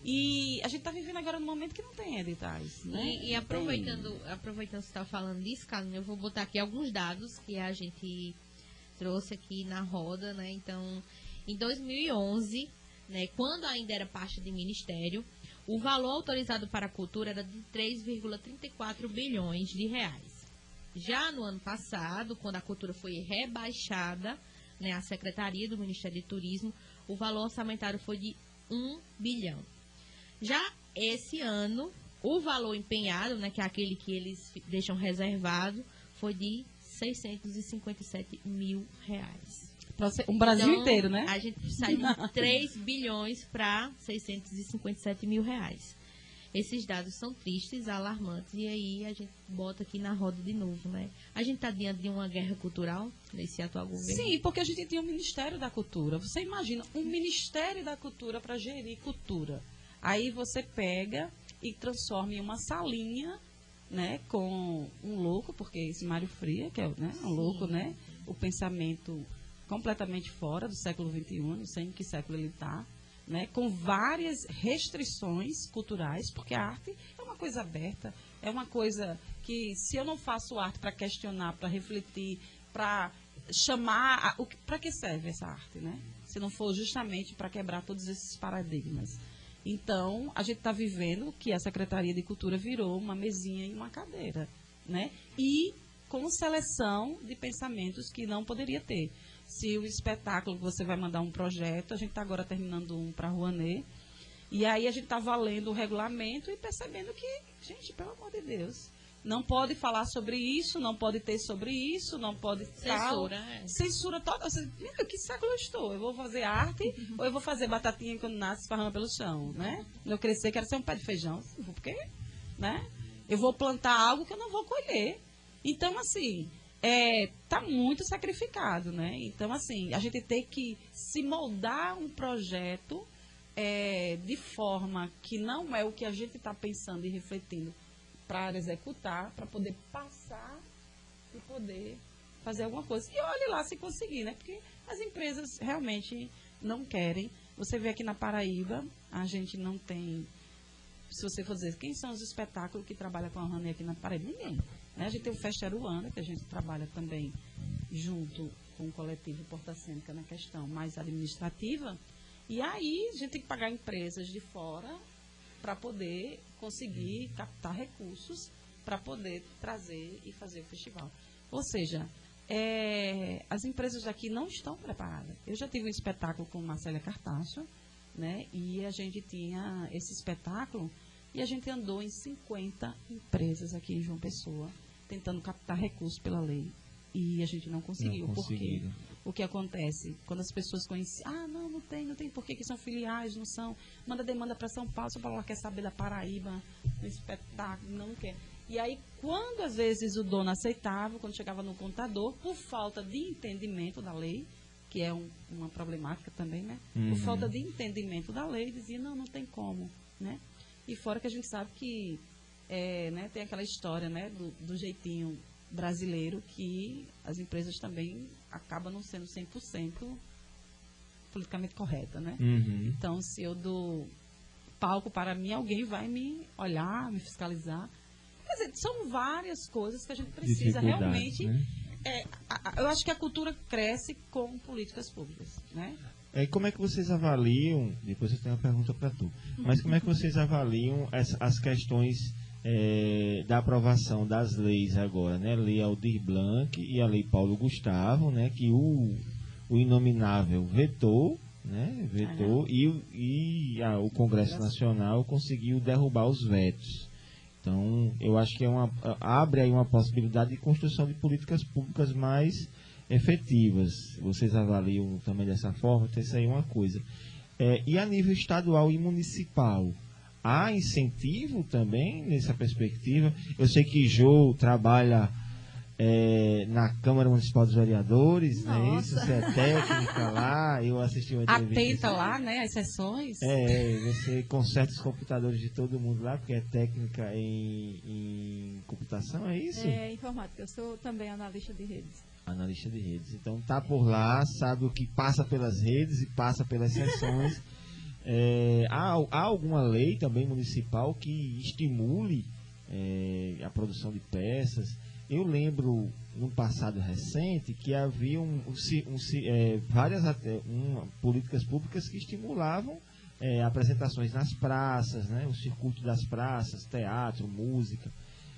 E a gente está vivendo agora num momento que não tem editais, né? E, e Não tem. aproveitando, aproveitando que você está falando disso, Carlos, eu vou botar aqui alguns dados que a gente trouxe aqui na roda, né? Então, em dois mil e onze, né, quando ainda era parte de ministério, o valor autorizado para a cultura era de três vírgula trinta e quatro bilhões de reais. Já no ano passado, quando a cultura foi rebaixada, né, à Secretaria do Ministério de Turismo, o valor orçamentário foi de um bilhão. Já esse ano, o valor empenhado, né, que é aquele que eles fi- deixam reservado, foi de seiscentos e cinquenta e sete mil reais. Pra ser- um Brasil Então, inteiro, né? A gente sai de três bilhões para seiscentos e cinquenta e sete mil reais. Esses dados são tristes, alarmantes, e aí a gente bota aqui na roda de novo, né? A gente está diante de uma guerra cultural nesse atual governo. Sim, porque a gente tinha o Ministério da Cultura. Você imagina um Ministério da Cultura para gerir cultura. Aí você pega e transforma em uma salinha, né, com um louco, porque esse Mário Fria, que é, né, um louco, né? O pensamento completamente fora do século vinte e um, não sei em que século ele está, né, com várias restrições culturais, porque a arte é uma coisa aberta, é uma coisa que, se eu não faço arte para questionar, para refletir, para chamar, para que serve essa arte, né? Se não for justamente para quebrar todos esses paradigmas. Então, a gente está vivendo que a Secretaria de Cultura virou uma mesinha e uma cadeira, né? E com seleção de pensamentos que não poderia ter. Se o espetáculo, você vai mandar um projeto, a gente está agora terminando um para a Rouanet, e aí a gente está valendo o regulamento e percebendo que, gente, pelo amor de Deus, não pode falar sobre isso, não pode ter sobre isso, não pode tal. Censura, é. Censura toda. Você, meu, que século eu estou? Eu vou fazer arte ou eu vou fazer batatinha quando nasce esparrama pelo chão, né? Quando eu crescer, quero ser um pé de feijão. Por quê? Né? Eu vou plantar algo que eu não vou colher. Então, assim, é, tá muito sacrificado, né? Então, assim, a gente tem que se moldar um projeto é, de forma que não é o que a gente está pensando e refletindo para executar, para poder passar e poder fazer alguma coisa. E olhe lá se conseguir, né? Porque as empresas realmente não querem. Você vê aqui na Paraíba, a gente não tem... Se você for dizer, quem são os espetáculos que trabalham com a Rani aqui na Paraíba? Ninguém. Né? A gente tem o Festa Aruanda, que a gente trabalha também junto com o coletivo Porta Cênica na questão mais administrativa. E aí a gente tem que pagar empresas de fora para poder conseguir captar recursos para poder trazer e fazer o festival. Ou seja, é, as empresas daqui não estão preparadas. Eu já tive um espetáculo com Marcélia Cartacho, né? E a gente tinha esse espetáculo e a gente andou em cinquenta empresas aqui em João Pessoa, tentando captar recursos pela lei. E a gente não conseguiu. Não porque o que acontece? Quando as pessoas conhecem, ah, não, não tem, não tem por que que são filiais, não são. Manda demanda para São Paulo, São Paulo quer saber da Paraíba, do espetáculo, não quer. E aí, quando às vezes o dono aceitava, quando chegava no contador, por falta de entendimento da lei, que é um, uma problemática também, né? Uhum. Por falta de entendimento da lei, dizia, não, não tem como, né? E fora que a gente sabe que é, né, tem aquela história, né, do, do jeitinho brasileiro, que as empresas também acabam não sendo cem por cento politicamente correta, né? Uhum. Então, se eu dou palco para mim, alguém vai me olhar, me fiscalizar. Quer dizer, são várias coisas que a gente precisa realmente... Né? É, a, a, eu acho que a cultura cresce com políticas públicas, né? E como é que vocês avaliam, depois eu tenho uma pergunta para tu, mas como é que vocês avaliam as, as questões é, da aprovação das leis agora, né? A Lei Aldir Blanc e a Lei Paulo Gustavo, né? Que o, o inominável vetou, né? Vetou ah, e, e a, o Congresso Nacional conseguiu derrubar os vetos. Então, eu acho que é uma, abre aí uma possibilidade de construção de políticas públicas mais efetivas. Vocês avaliam também dessa forma? Então, isso aí é uma coisa. É, e a nível estadual e municipal, há incentivo também nessa perspectiva? Eu sei que Jô trabalha é, na Câmara Municipal dos Vereadores, não é isso? Você é técnica lá, eu assisti uma entrevista. Atenta lá, né, as sessões. É, você conserta os computadores de todo mundo lá, porque é técnica em, em computação, é isso? É, informática. Eu sou também analista de redes. Analista de redes. Então tá por lá, sabe o que passa pelas redes e passa pelas sessões. É, há, há alguma lei também municipal que estimule é, a produção de peças? Eu lembro, no passado recente, que havia um, um, um, é, várias um, políticas públicas que estimulavam é, apresentações nas praças, né, o circuito das praças, teatro, música.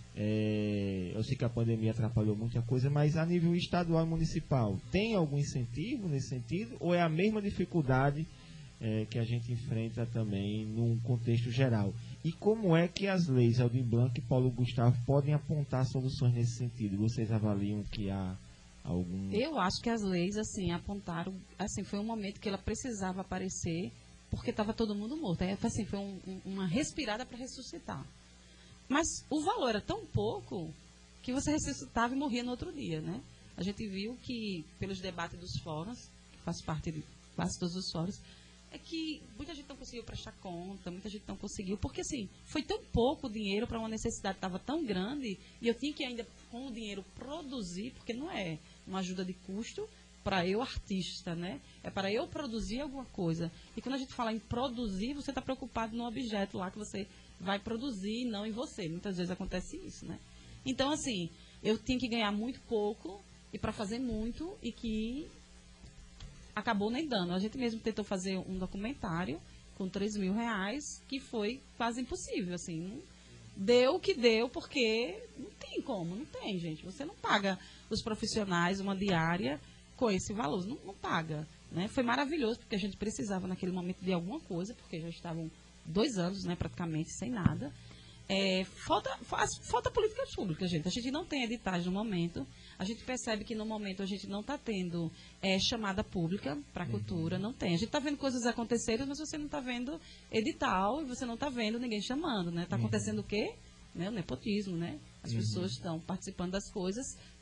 É, eu sei que a pandemia atrapalhou muita coisa, mas a nível estadual e municipal, tem algum incentivo nesse sentido? Ou é a mesma dificuldade é, que a gente enfrenta também num contexto geral? E como é que as leis Aldir Blanc e Paulo Gustavo podem apontar soluções nesse sentido? Vocês avaliam que há algum... Eu acho que as leis, assim, apontaram... Assim, foi um momento que ela precisava aparecer porque estava todo mundo morto. Aí, assim, foi um, um, uma respirada para ressuscitar. Mas o valor era tão pouco que você ressuscitava e morria no outro dia, né? A gente viu que, pelos debates dos fóruns, que faz parte de quase todos os fóruns, é que muita gente não conseguiu prestar conta, muita gente não conseguiu, porque assim, foi tão pouco dinheiro para uma necessidade que estava tão grande, e eu tinha que ainda, com o dinheiro, produzir, porque não é uma ajuda de custo para eu, artista, né? É para eu produzir alguma coisa. E quando a gente fala em produzir, você está preocupado no objeto lá que você vai produzir, não em você. Muitas vezes acontece isso, né? Então, assim, eu tinha que ganhar muito pouco e para fazer muito, e que acabou nem dando. A gente mesmo tentou fazer um documentário com três mil reais, que foi quase impossível, assim. Deu o que deu, porque não tem como, não tem, gente. Você não paga os profissionais uma diária com esse valor, não, não paga, né? Foi maravilhoso, porque a gente precisava naquele momento de alguma coisa, porque já estavam dois anos, né, praticamente, sem nada. É, falta, faz, falta política pública, gente. A gente não tem editais no momento. A gente percebe que no momento a gente não está tendo é, chamada pública para a cultura, não tem. A gente está vendo coisas acontecerem, mas você não está vendo edital e você não está vendo ninguém chamando, né? Está acontecendo o quê? Né? O nepotismo, né? As uhum. pessoas estão participando das coisas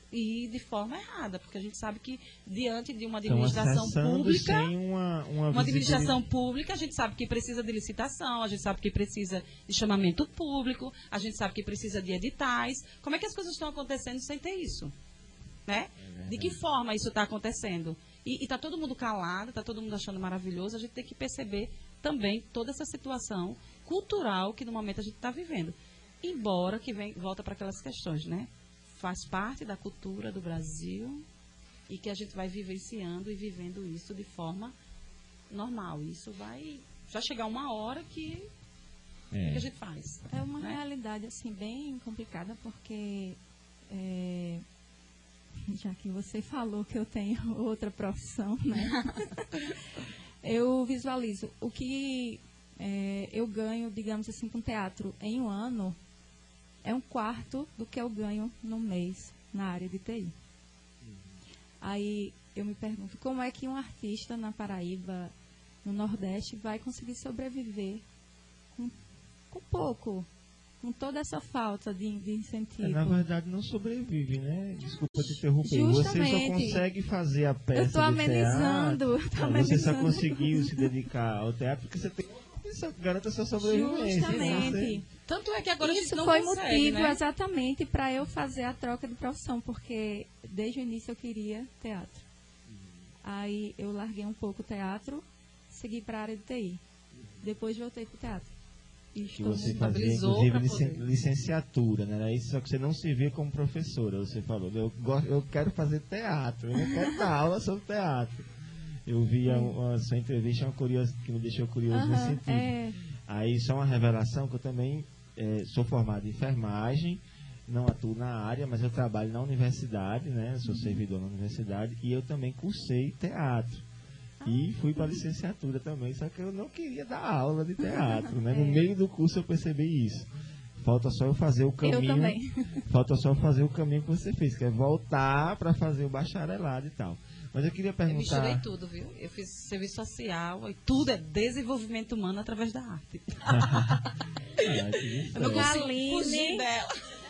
e de forma errada, porque a gente sabe que diante de uma Estão administração acessando pública, sem uma, uma, uma visibilidade. administração pública, a gente sabe que precisa de licitação, a gente sabe que precisa de chamamento público, a gente sabe que precisa de editais. Como é que as coisas estão acontecendo sem ter isso? Né? De que forma isso está acontecendo? E está todo mundo calado, está todo mundo achando maravilhoso, a gente tem que perceber também toda essa situação cultural que no momento a gente está vivendo. Embora que vem, volta para aquelas questões, né? Faz parte da cultura do Brasil e que a gente vai vivenciando e vivendo isso de forma normal. Isso vai já chegar uma hora que, É. que a gente faz. É uma né? realidade assim bem complicada porque é, já que você falou que eu tenho outra profissão, né? Eu visualizo o que é, eu ganho, digamos assim, com teatro em um ano é um quarto do que eu ganho no mês na área de T I. Aí eu me pergunto como é que um artista na Paraíba, no Nordeste, vai conseguir sobreviver com, com pouco, com toda essa falta de, de incentivo. É, na verdade, não sobrevive, né? Desculpa te interromper. Você só Justamente. consegue fazer a peça Eu estou de amenizando. teatro. eu tô Não, você só amenizando. conseguiu se dedicar ao teatro porque você tem isso garanta a sua sobrevivência. Justamente. Né? Tanto é que agora a gente Isso não foi consegue, motivo né? exatamente para eu fazer a troca de profissão, porque desde o início eu queria teatro. Aí eu larguei um pouco o teatro, segui para a área de T I. Depois voltei para o teatro. E Que estou você muito- fazia, estabilizou inclusive, pra licen- poder. licenciatura, né? Era isso, só que você não se vê como professora. Você falou, eu, gosto, eu quero fazer teatro, eu quero dar aula sobre teatro. Eu vi a, a sua entrevista, uma curiosa, que me deixou curioso nesse Aham, sentido. é, Aí só uma revelação que eu também eh, sou formado em enfermagem, não atuo na área, mas eu trabalho na universidade, né? Eu sou Uhum. servidor na universidade e eu também cursei teatro. E Ah. fui para licenciatura também, só que eu não queria dar aula de teatro, né? No É. meio do curso eu percebi isso. Falta só eu fazer o caminho. eu também. Falta só eu fazer o caminho que você fez, que é voltar para fazer o bacharelado e tal. Mas eu queria Eu misturei perguntar. tudo, viu? Eu fiz serviço social e tudo é desenvolvimento humano através da arte. Ah, que Eu não diferente. consigo Galine. fugir dela.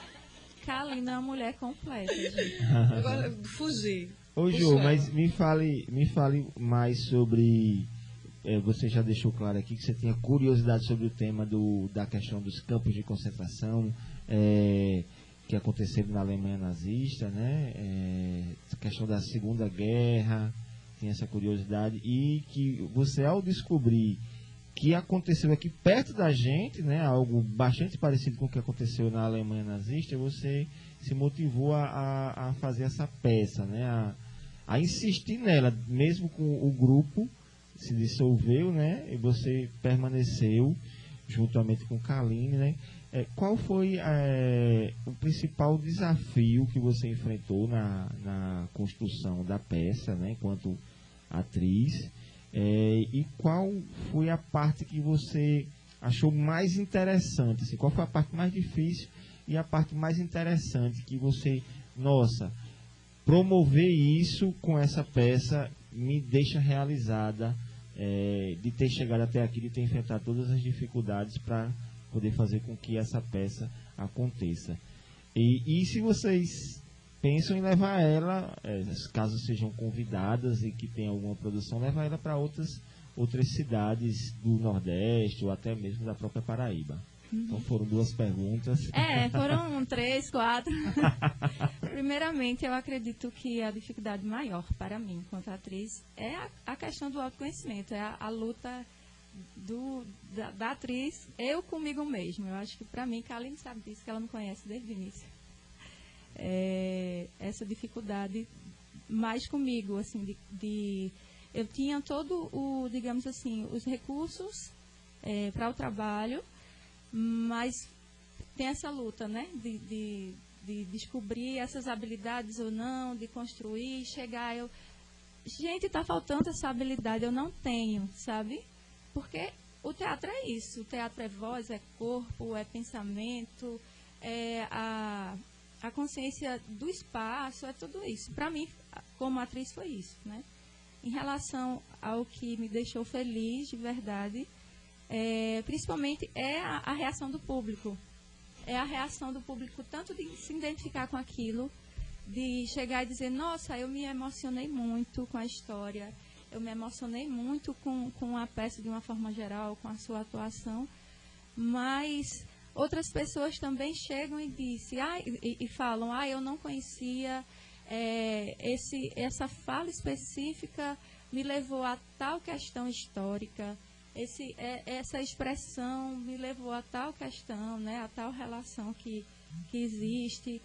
Kalina é uma mulher completa, gente. Agora, fugir. Ô Puxa Jô, ela. mas me fale, me fale mais sobre. eh, você já deixou claro aqui que você tinha curiosidade sobre o tema do, da questão dos campos de concentração eh, que aconteceram na Alemanha nazista, né? Eh, a questão da Segunda Guerra, tinha essa curiosidade e que você ao descobrir que aconteceu aqui perto da gente, né, algo bastante parecido com o que aconteceu na Alemanha nazista, você se motivou a, a, a fazer essa peça, né, a, a insistir nela, mesmo com o grupo se dissolveu, né, e você permaneceu juntamente com Kaline, né. É, qual foi é, o principal desafio que você enfrentou na, na construção da peça, né, enquanto atriz? É, e qual foi a parte que você achou mais interessante? Assim, qual foi a parte mais difícil e a parte mais interessante que você, nossa, promover isso com essa peça me deixa realizada é, de ter chegado até aqui, de ter enfrentado todas as dificuldades para poder fazer com que essa peça aconteça. E, e se vocês pensam em levar ela, é, caso sejam convidadas e que tenha alguma produção, levar ela para outras, outras cidades do Nordeste ou até mesmo da própria Paraíba. Então foram duas perguntas. É, foram três, quatro. Primeiramente, eu acredito que a dificuldade maior para mim, enquanto atriz, é a, a questão do autoconhecimento, é a, a luta do, da, da atriz, eu comigo mesmo. Eu acho que para mim, Kaline sabe disso, que ela me conhece desde o início. É, essa dificuldade mais comigo, assim, de, de eu tinha todo o, digamos assim, os recursos é, para o trabalho, mas tem essa luta, né, de, de, de descobrir essas habilidades ou não, de construir, chegar, eu, gente, está faltando essa habilidade, eu não tenho, sabe? Porque o teatro é isso, o teatro é voz, é corpo, é pensamento, é a a consciência do espaço, é tudo isso. Para mim, como atriz, foi isso, né? Em relação ao que me deixou feliz, de verdade, é, principalmente é a, a reação do público. É a reação do público, tanto de se identificar com aquilo, de chegar e dizer, nossa, eu me emocionei muito com a história, eu me emocionei muito com, com a peça de uma forma geral, com a sua atuação, mas outras pessoas também chegam e, disse, ah, e, e falam, ah, eu não conhecia, é, esse, essa fala específica me levou a tal questão histórica, esse, é, essa expressão me levou a tal questão, né, a tal relação que, que existe,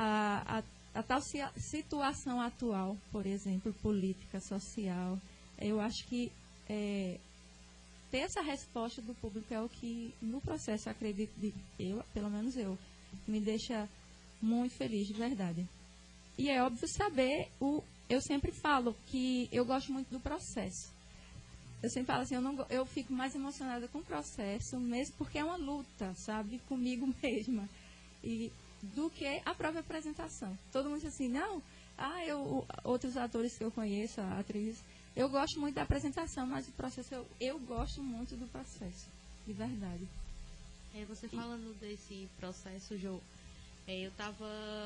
a, a a tal situação atual, por exemplo, política, social. Eu acho que é, ter essa resposta do público é o que, no processo, acredito, de, eu, pelo menos eu, me deixa muito feliz, de verdade. E é óbvio saber, o, eu sempre falo que eu gosto muito do processo. Eu sempre falo assim, eu, não, eu fico mais emocionada com o processo, mesmo porque é uma luta, sabe, comigo mesma. E do que a própria apresentação. Todo mundo diz assim, não, ah, eu, outros atores que eu conheço, atrizes, eu gosto muito da apresentação, mas o processo, eu, eu gosto muito do processo, de verdade. É, você falando desse processo, Jô, é, eu estava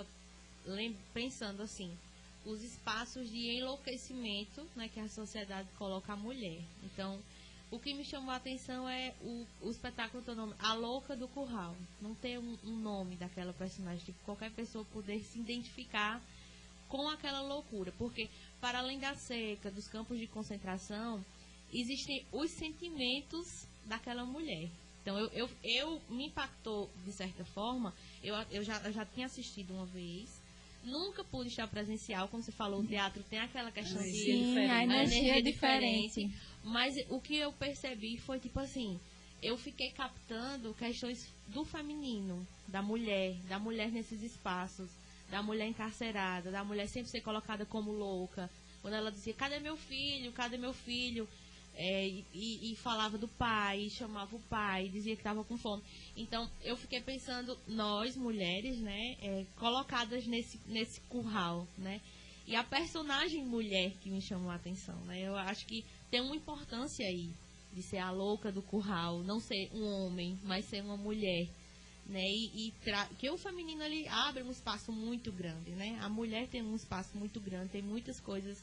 pensando assim, os espaços de enlouquecimento, né, que a sociedade coloca a mulher. Então, o que me chamou a atenção é o, o espetáculo tem o nome A Louca do Curral. Não tem um, um nome daquela personagem, tipo, qualquer pessoa poder se identificar com aquela loucura. Porque, para além da seca, dos campos de concentração, existem os sentimentos daquela mulher. Então, eu, eu, eu me impactou, de certa forma, eu, eu, já, eu já tinha assistido uma vez, nunca pude estar presencial, como você falou, o teatro tem aquela questão de Sim, a energia é diferente. Mas o que eu percebi foi, tipo assim, eu fiquei captando questões do feminino, da mulher, da mulher nesses espaços, da mulher encarcerada, da mulher sempre ser colocada como louca. Quando ela dizia, cadê meu filho, cadê meu filho? É, e, e falava do pai, chamava o pai, dizia que estava com fome. Então, eu fiquei pensando, nós, mulheres, né, é, colocadas nesse, nesse curral, né? E a personagem mulher que me chamou a atenção, né? Eu acho que tem uma importância aí, de ser a louca do curral, não ser um homem, mas ser uma mulher, né? E, e tra... que o feminino, ele abre um espaço muito grande, né? A mulher tem um espaço muito grande, tem muitas coisas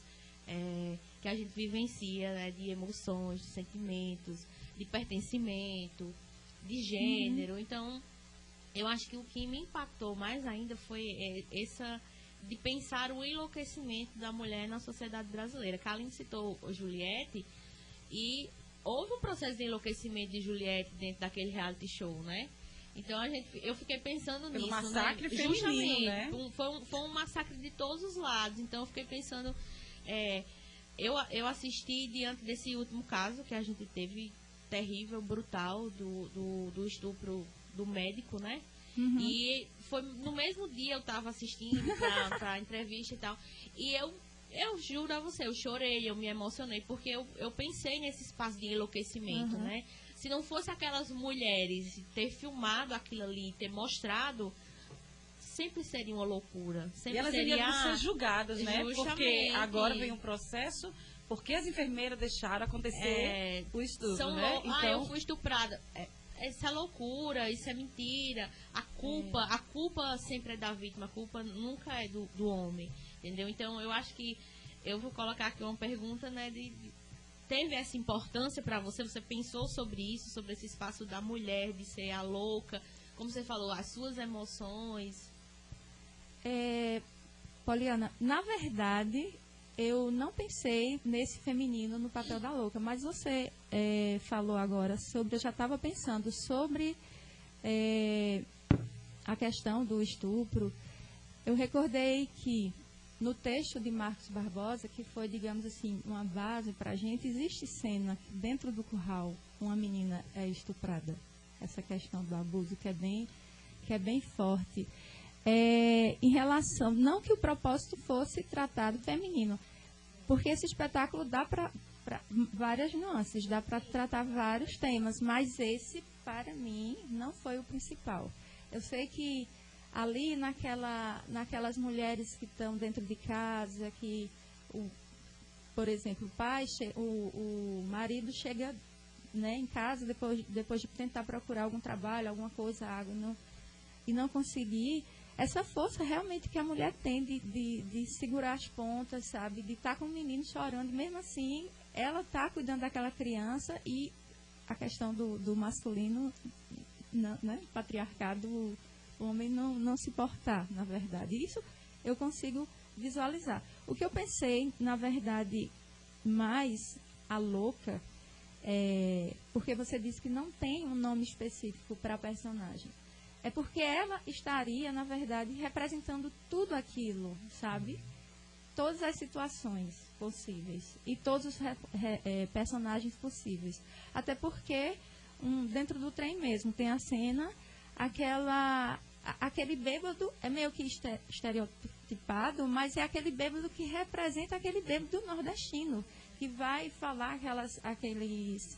é, que a gente vivencia, né? De emoções, de sentimentos, de pertencimento, de gênero. Uhum. Então, eu acho que o que me impactou mais ainda foi é, essa de pensar o enlouquecimento da mulher na sociedade brasileira. Kaline citou Juliette e houve um processo de enlouquecimento de Juliette dentro daquele reality show, né? Então, a gente, eu fiquei pensando Pelo nisso, massacre né? feminino, Justamente, né? Um, foi, um, foi um massacre de todos os lados. Então, eu fiquei pensando... É, eu, eu assisti diante desse último caso que a gente teve, terrível, brutal, do, do, do estupro do médico, né? Uhum. E foi no mesmo dia eu estava assistindo pra, pra entrevista e tal. E eu, eu juro a você, eu chorei, eu me emocionei, porque eu, eu pensei nesse espaço de enlouquecimento, uhum. né? Se não fosse aquelas mulheres ter filmado aquilo ali, ter mostrado, sempre seria uma loucura. Sempre e elas seria iriam ser julgadas, né? Justamente. Porque agora vem um processo, porque as enfermeiras deixaram acontecer é, o estupro, são né? Lou... Então... Ah, eu fui estuprada. É, essa é loucura, isso é mentira. A culpa, é. a culpa sempre é da vítima, a culpa nunca é do, do homem, entendeu? Então, eu acho que eu vou colocar aqui uma pergunta, né, de, de teve essa importância para você? Você pensou sobre isso, sobre esse espaço da mulher, de ser a louca, como você falou, as suas emoções? É, Poliana, na verdade, eu não pensei nesse feminino, no papel da louca, mas você é, falou agora sobre, eu já estava pensando sobre é, a questão do estupro. Eu recordei que no texto de Marcos Barbosa, que foi, digamos assim, uma base para a gente, existe cena dentro do curral, uma menina é estuprada. Essa questão do abuso que é bem, que é bem forte. É, em relação, não que o propósito fosse tratar do feminino, porque esse espetáculo dá para várias nuances, dá para tratar vários temas, mas esse, para mim, não foi o principal. Eu sei que ali naquela, naquelas mulheres que estão dentro de casa, que, o, por exemplo, o pai, o, o marido chega, né, em casa depois, depois de tentar procurar algum trabalho, alguma coisa, água, não, e não conseguir, essa força realmente que a mulher tem de, de, de segurar as pontas, sabe? De estar com o menino chorando, mesmo assim, ela está cuidando daquela criança e a questão do, do masculino, não, né? Patriarcado, o homem não, não se portar, na verdade. Isso eu consigo visualizar. O que eu pensei, na verdade, mais a louca, é, porque você disse que não tem um nome específico para a personagem. É porque ela estaria, na verdade, representando tudo aquilo, sabe? Todas as situações possíveis e todos os re, re, é, personagens possíveis. Até porque, um, dentro do trem mesmo, tem a cena, aquela, a, aquele bêbado, é meio que este, estereotipado, mas é aquele bêbado que representa aquele bêbado nordestino, que vai falar aquelas, aqueles,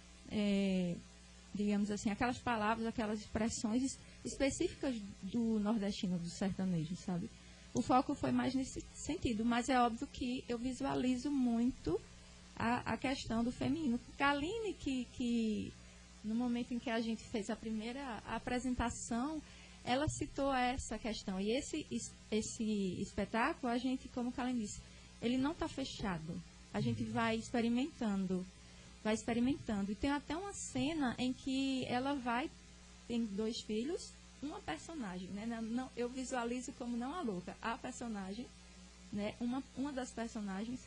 é, digamos assim, aquelas palavras, aquelas expressões específicas do nordestino, do sertanejo, sabe? O foco foi mais nesse sentido, mas é óbvio que eu visualizo muito a, a questão do feminino. Kaline, que, que no momento em que a gente fez a primeira apresentação, ela citou essa questão. E esse, esse espetáculo, a gente, como Kaline disse, ele não está fechado. A gente vai experimentando, vai experimentando. E tem até uma cena em que ela vai, tem dois filhos, uma personagem, né? Não, não, eu visualizo como não a louca, a personagem, né? Uma, uma das personagens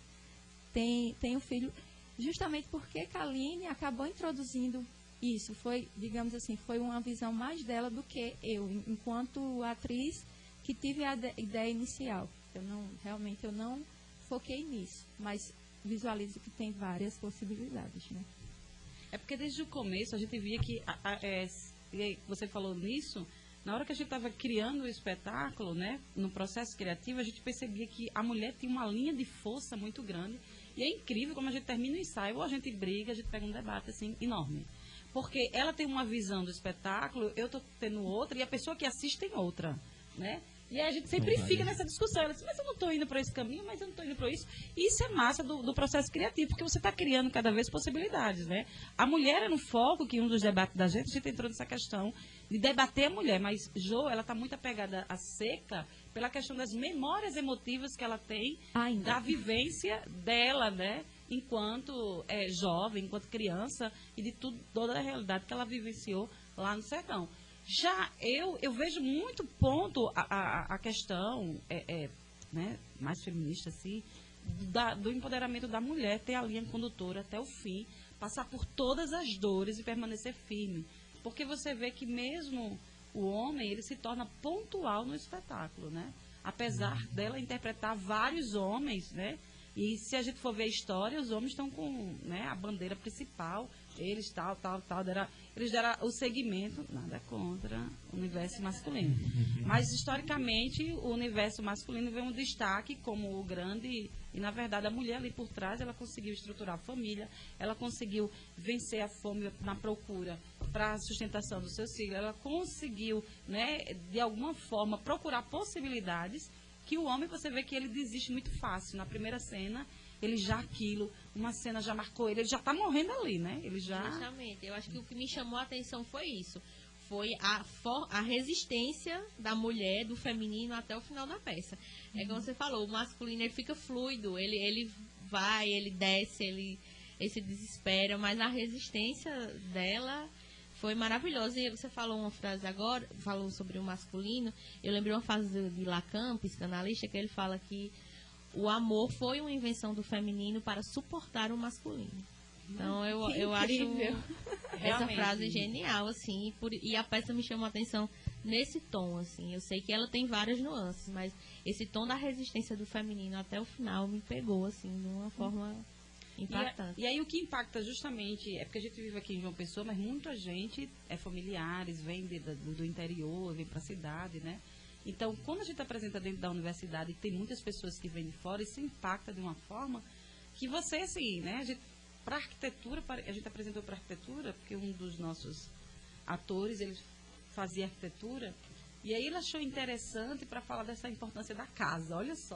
tem, tem o filho, justamente porque Kaline acabou introduzindo isso. Foi, digamos assim, foi uma visão mais dela do que eu, enquanto atriz que tive a de, ideia inicial. Eu não, realmente eu não foquei nisso, mas visualizo que tem várias possibilidades, né? É porque desde o começo a gente via que, a, a, é, você falou nisso, na hora que a gente estava criando o espetáculo, né, no processo criativo, a gente percebia que a mulher tinha uma linha de força muito grande. E é incrível como a gente termina o ensaio, ou a gente briga, a gente pega um debate assim, enorme. Porque ela tem uma visão do espetáculo, eu estou tendo outra, e a pessoa que assiste tem outra, né? E aí a gente sempre fica nessa discussão. Ela diz, mas eu não estou indo para esse caminho, mas eu não estou indo para isso. E isso é massa do, do processo criativo, porque você está criando cada vez possibilidades, né? A mulher é no foco, que um dos debates da gente, a gente entrou nessa questão de debater a mulher. Mas Jo, ela está muito apegada à Seca pela questão das memórias emotivas que ela tem Ainda. Da vivência dela, né? Enquanto é, jovem, enquanto criança, e de tudo, toda a realidade que ela vivenciou lá no sertão. Já eu, eu vejo muito ponto a, a, a questão é, é, né, mais feminista, assim, da, do empoderamento da mulher, ter a linha condutora até o fim, passar por todas as dores e permanecer firme. Porque você vê que mesmo o homem, ele se torna pontual no espetáculo, né? Apesar dela interpretar vários homens, né? E se a gente for ver a história, os homens estão com, né, a bandeira principal, eles tal, tal, tal, deram, eles deram o segmento, nada contra o universo masculino. Mas, historicamente, o universo masculino vem um destaque como o grande, e, na verdade, a mulher ali por trás, ela conseguiu estruturar a família, ela conseguiu vencer a fome na procura para a sustentação dos seus filhos, ela conseguiu, né, de alguma forma, procurar possibilidades que o homem, você vê que ele desiste muito fácil. Na primeira cena, ele já aquilo, uma cena já marcou ele, ele já está morrendo ali, né? Ele já... Justamente. Eu acho que o que me chamou a atenção foi isso. Foi a, for, a resistência da mulher, do feminino, até o final da peça. É como você falou, o masculino ele fica fluido, ele, ele vai, ele desce, ele, ele se desespera, mas a resistência dela foi maravilhosa. E você falou uma frase agora, falou sobre o masculino. Eu lembrei uma frase de Lacan, psicanalista, que ele fala que o amor foi uma invenção do feminino para suportar o masculino. Então, eu, eu acho essa frase genial, assim, por, e a peça me chamou a atenção nesse tom, assim. Eu sei que ela tem várias nuances, mas esse tom da resistência do feminino até o final me pegou, assim, de uma forma impactante. E, a, e aí o que impacta justamente, é porque a gente vive aqui em João Pessoa, mas muita gente é familiares, vem de, do, do interior, vem para a cidade, né? Então, quando a gente apresenta dentro da universidade e tem muitas pessoas que vêm de fora, isso impacta de uma forma que você, assim, né? A gente, para arquitetura, a gente apresentou para arquitetura, porque um dos nossos atores, ele fazia arquitetura, e aí ele achou interessante para falar dessa importância da casa, olha só.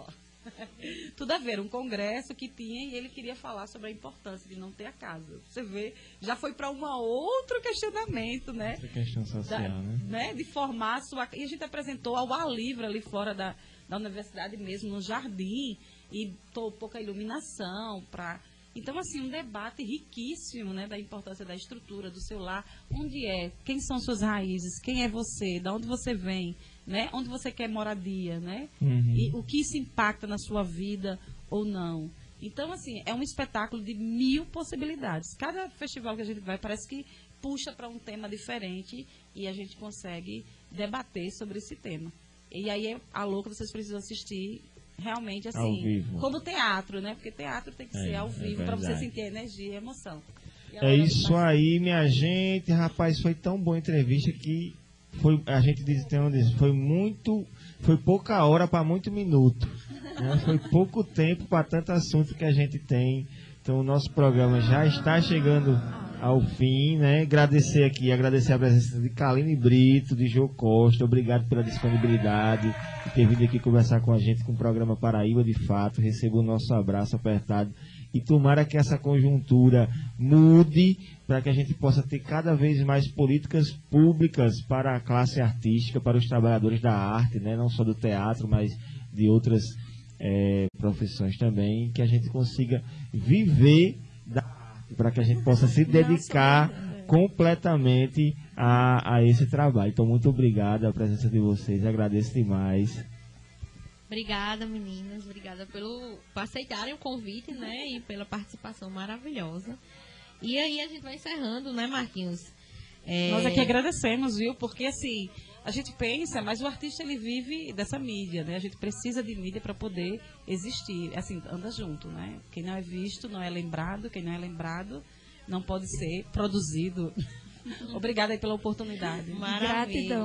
Tudo a ver, um congresso que tinha e ele queria falar sobre a importância de não ter a casa. Você vê, já foi para um outro questionamento, né? Essa questão social, da, né? né? De formar a sua... E a gente apresentou ao ar livre ali fora da, da universidade mesmo, no jardim, e pouca iluminação para... Então, assim, um debate riquíssimo, né, da importância da estrutura, do seu lar, onde é, quem são suas raízes, quem é você, de onde você vem, né, onde você quer moradia, né, Uhum. e o que isso impacta na sua vida ou não. Então, assim, é um espetáculo de mil possibilidades. Cada festival que a gente vai parece que puxa para um tema diferente e a gente consegue debater sobre esse tema. E aí, a louca, vocês precisam assistir realmente Ao assim, vivo. como teatro, né? Porque teatro tem que É, ser ao é vivo para você verdade. sentir a energia e a emoção. E a É hora do isso passeio. aí, minha gente. Rapaz, foi tão boa a entrevista que foi, a gente diz, tem um diz, foi muito, foi pouca hora para muito minuto. Né? Foi pouco tempo para tanto assunto que a gente tem. Então o nosso programa já está chegando ao fim, né? Agradecer aqui, agradecer a presença de Kaline Brito, de Jô Costa, obrigado pela disponibilidade de ter vindo aqui conversar com a gente com o programa Paraíba de Fato. Receba o nosso abraço apertado e tomara que essa conjuntura mude para que a gente possa ter cada vez mais políticas públicas para a classe artística, para os trabalhadores da arte, né? Não só do teatro, mas de outras é, profissões também, que a gente consiga viver da arte, para que a gente possa se dedicar completamente a, a esse trabalho. Então, muito obrigado a presença de vocês, agradeço demais. Obrigada, meninas. Obrigada pelo, por aceitarem o convite, né? E pela participação maravilhosa. E aí a gente vai encerrando, né, Marquinhos? É... Nós aqui agradecemos, viu? Porque assim, a gente pensa, mas o artista ele vive dessa mídia, né? A gente precisa de mídia para poder existir. Assim, anda junto, né? Quem não é visto não é lembrado, quem não é lembrado não pode ser produzido. Obrigada aí pela oportunidade. Maravilha. Gratidão.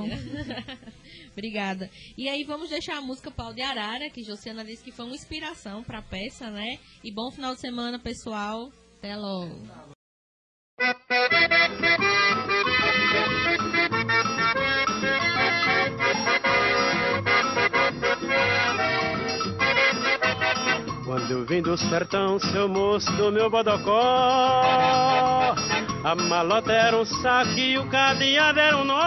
Obrigada. E aí vamos deixar a música Pau de Arara, que Josiana disse que foi uma inspiração para a peça, né? E bom final de semana, pessoal. Até logo. Quando eu vim do sertão, seu moço do meu bodocó, a malota era um saco e o cadeado era um nó.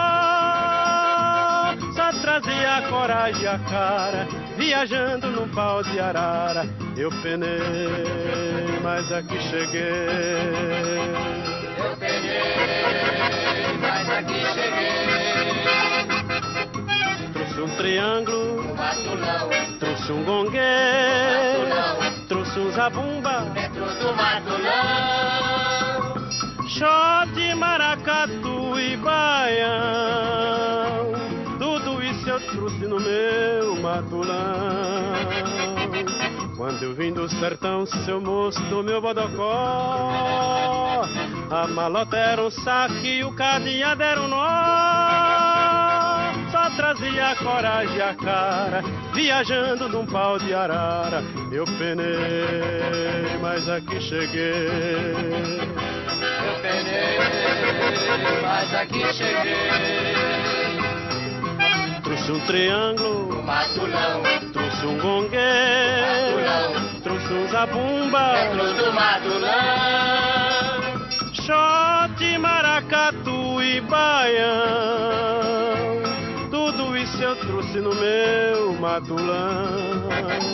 Só trazia a coragem e a cara, viajando num pau de arara. Eu penei, mas aqui cheguei. Eu penei, mas aqui cheguei. Trouxe um triângulo, Um matulão, trouxe um gongue, trouxe um zabumba, dentro do matulão. shot, maracatu e baião. Tudo isso eu trouxe no meu matulão. Quando eu vim do sertão, seu moço do meu bodocó, a malota era um saco e o cadeado era um nó. Só trazia a coragem e a cara, viajando num pau de arara. Eu penei, mas aqui cheguei. Eu penei, mas aqui cheguei. Trouxe um triângulo, Um matulão, trouxe um gongue, matulão, trouxe um zabumba, dentro do matulão. shot, maracatu e baião. Tudo isso eu trouxe no meu matulão.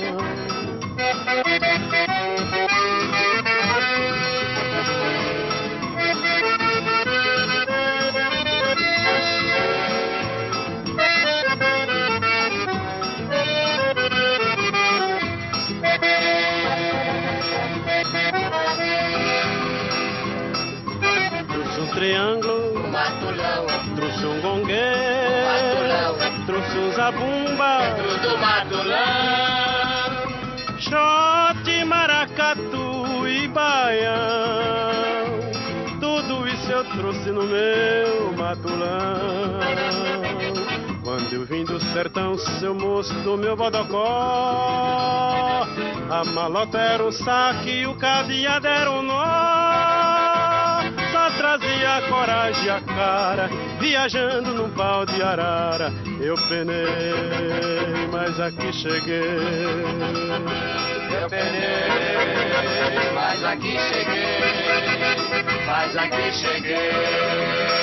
Trouxe um triângulo, Um matulão, trouxe um gongue, matulão, trouxe um zabumba, dentro do matulão. shot, maracatu e baião. Tudo isso eu trouxe no meu matulão. Quando eu vim do sertão, seu moço do meu bodocó, a malota era um saco e o cadeado era um nó. Só trazia a coragem e a cara, viajando num pau de arara. Eu penei, mas aqui cheguei. Eu penei, mas aqui cheguei, mas aqui cheguei.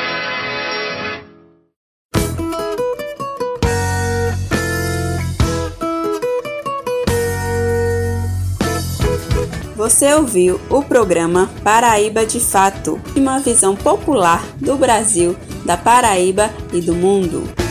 Você ouviu o programa Paraíba de Fato, uma visão popular do Brasil, da Paraíba e do mundo.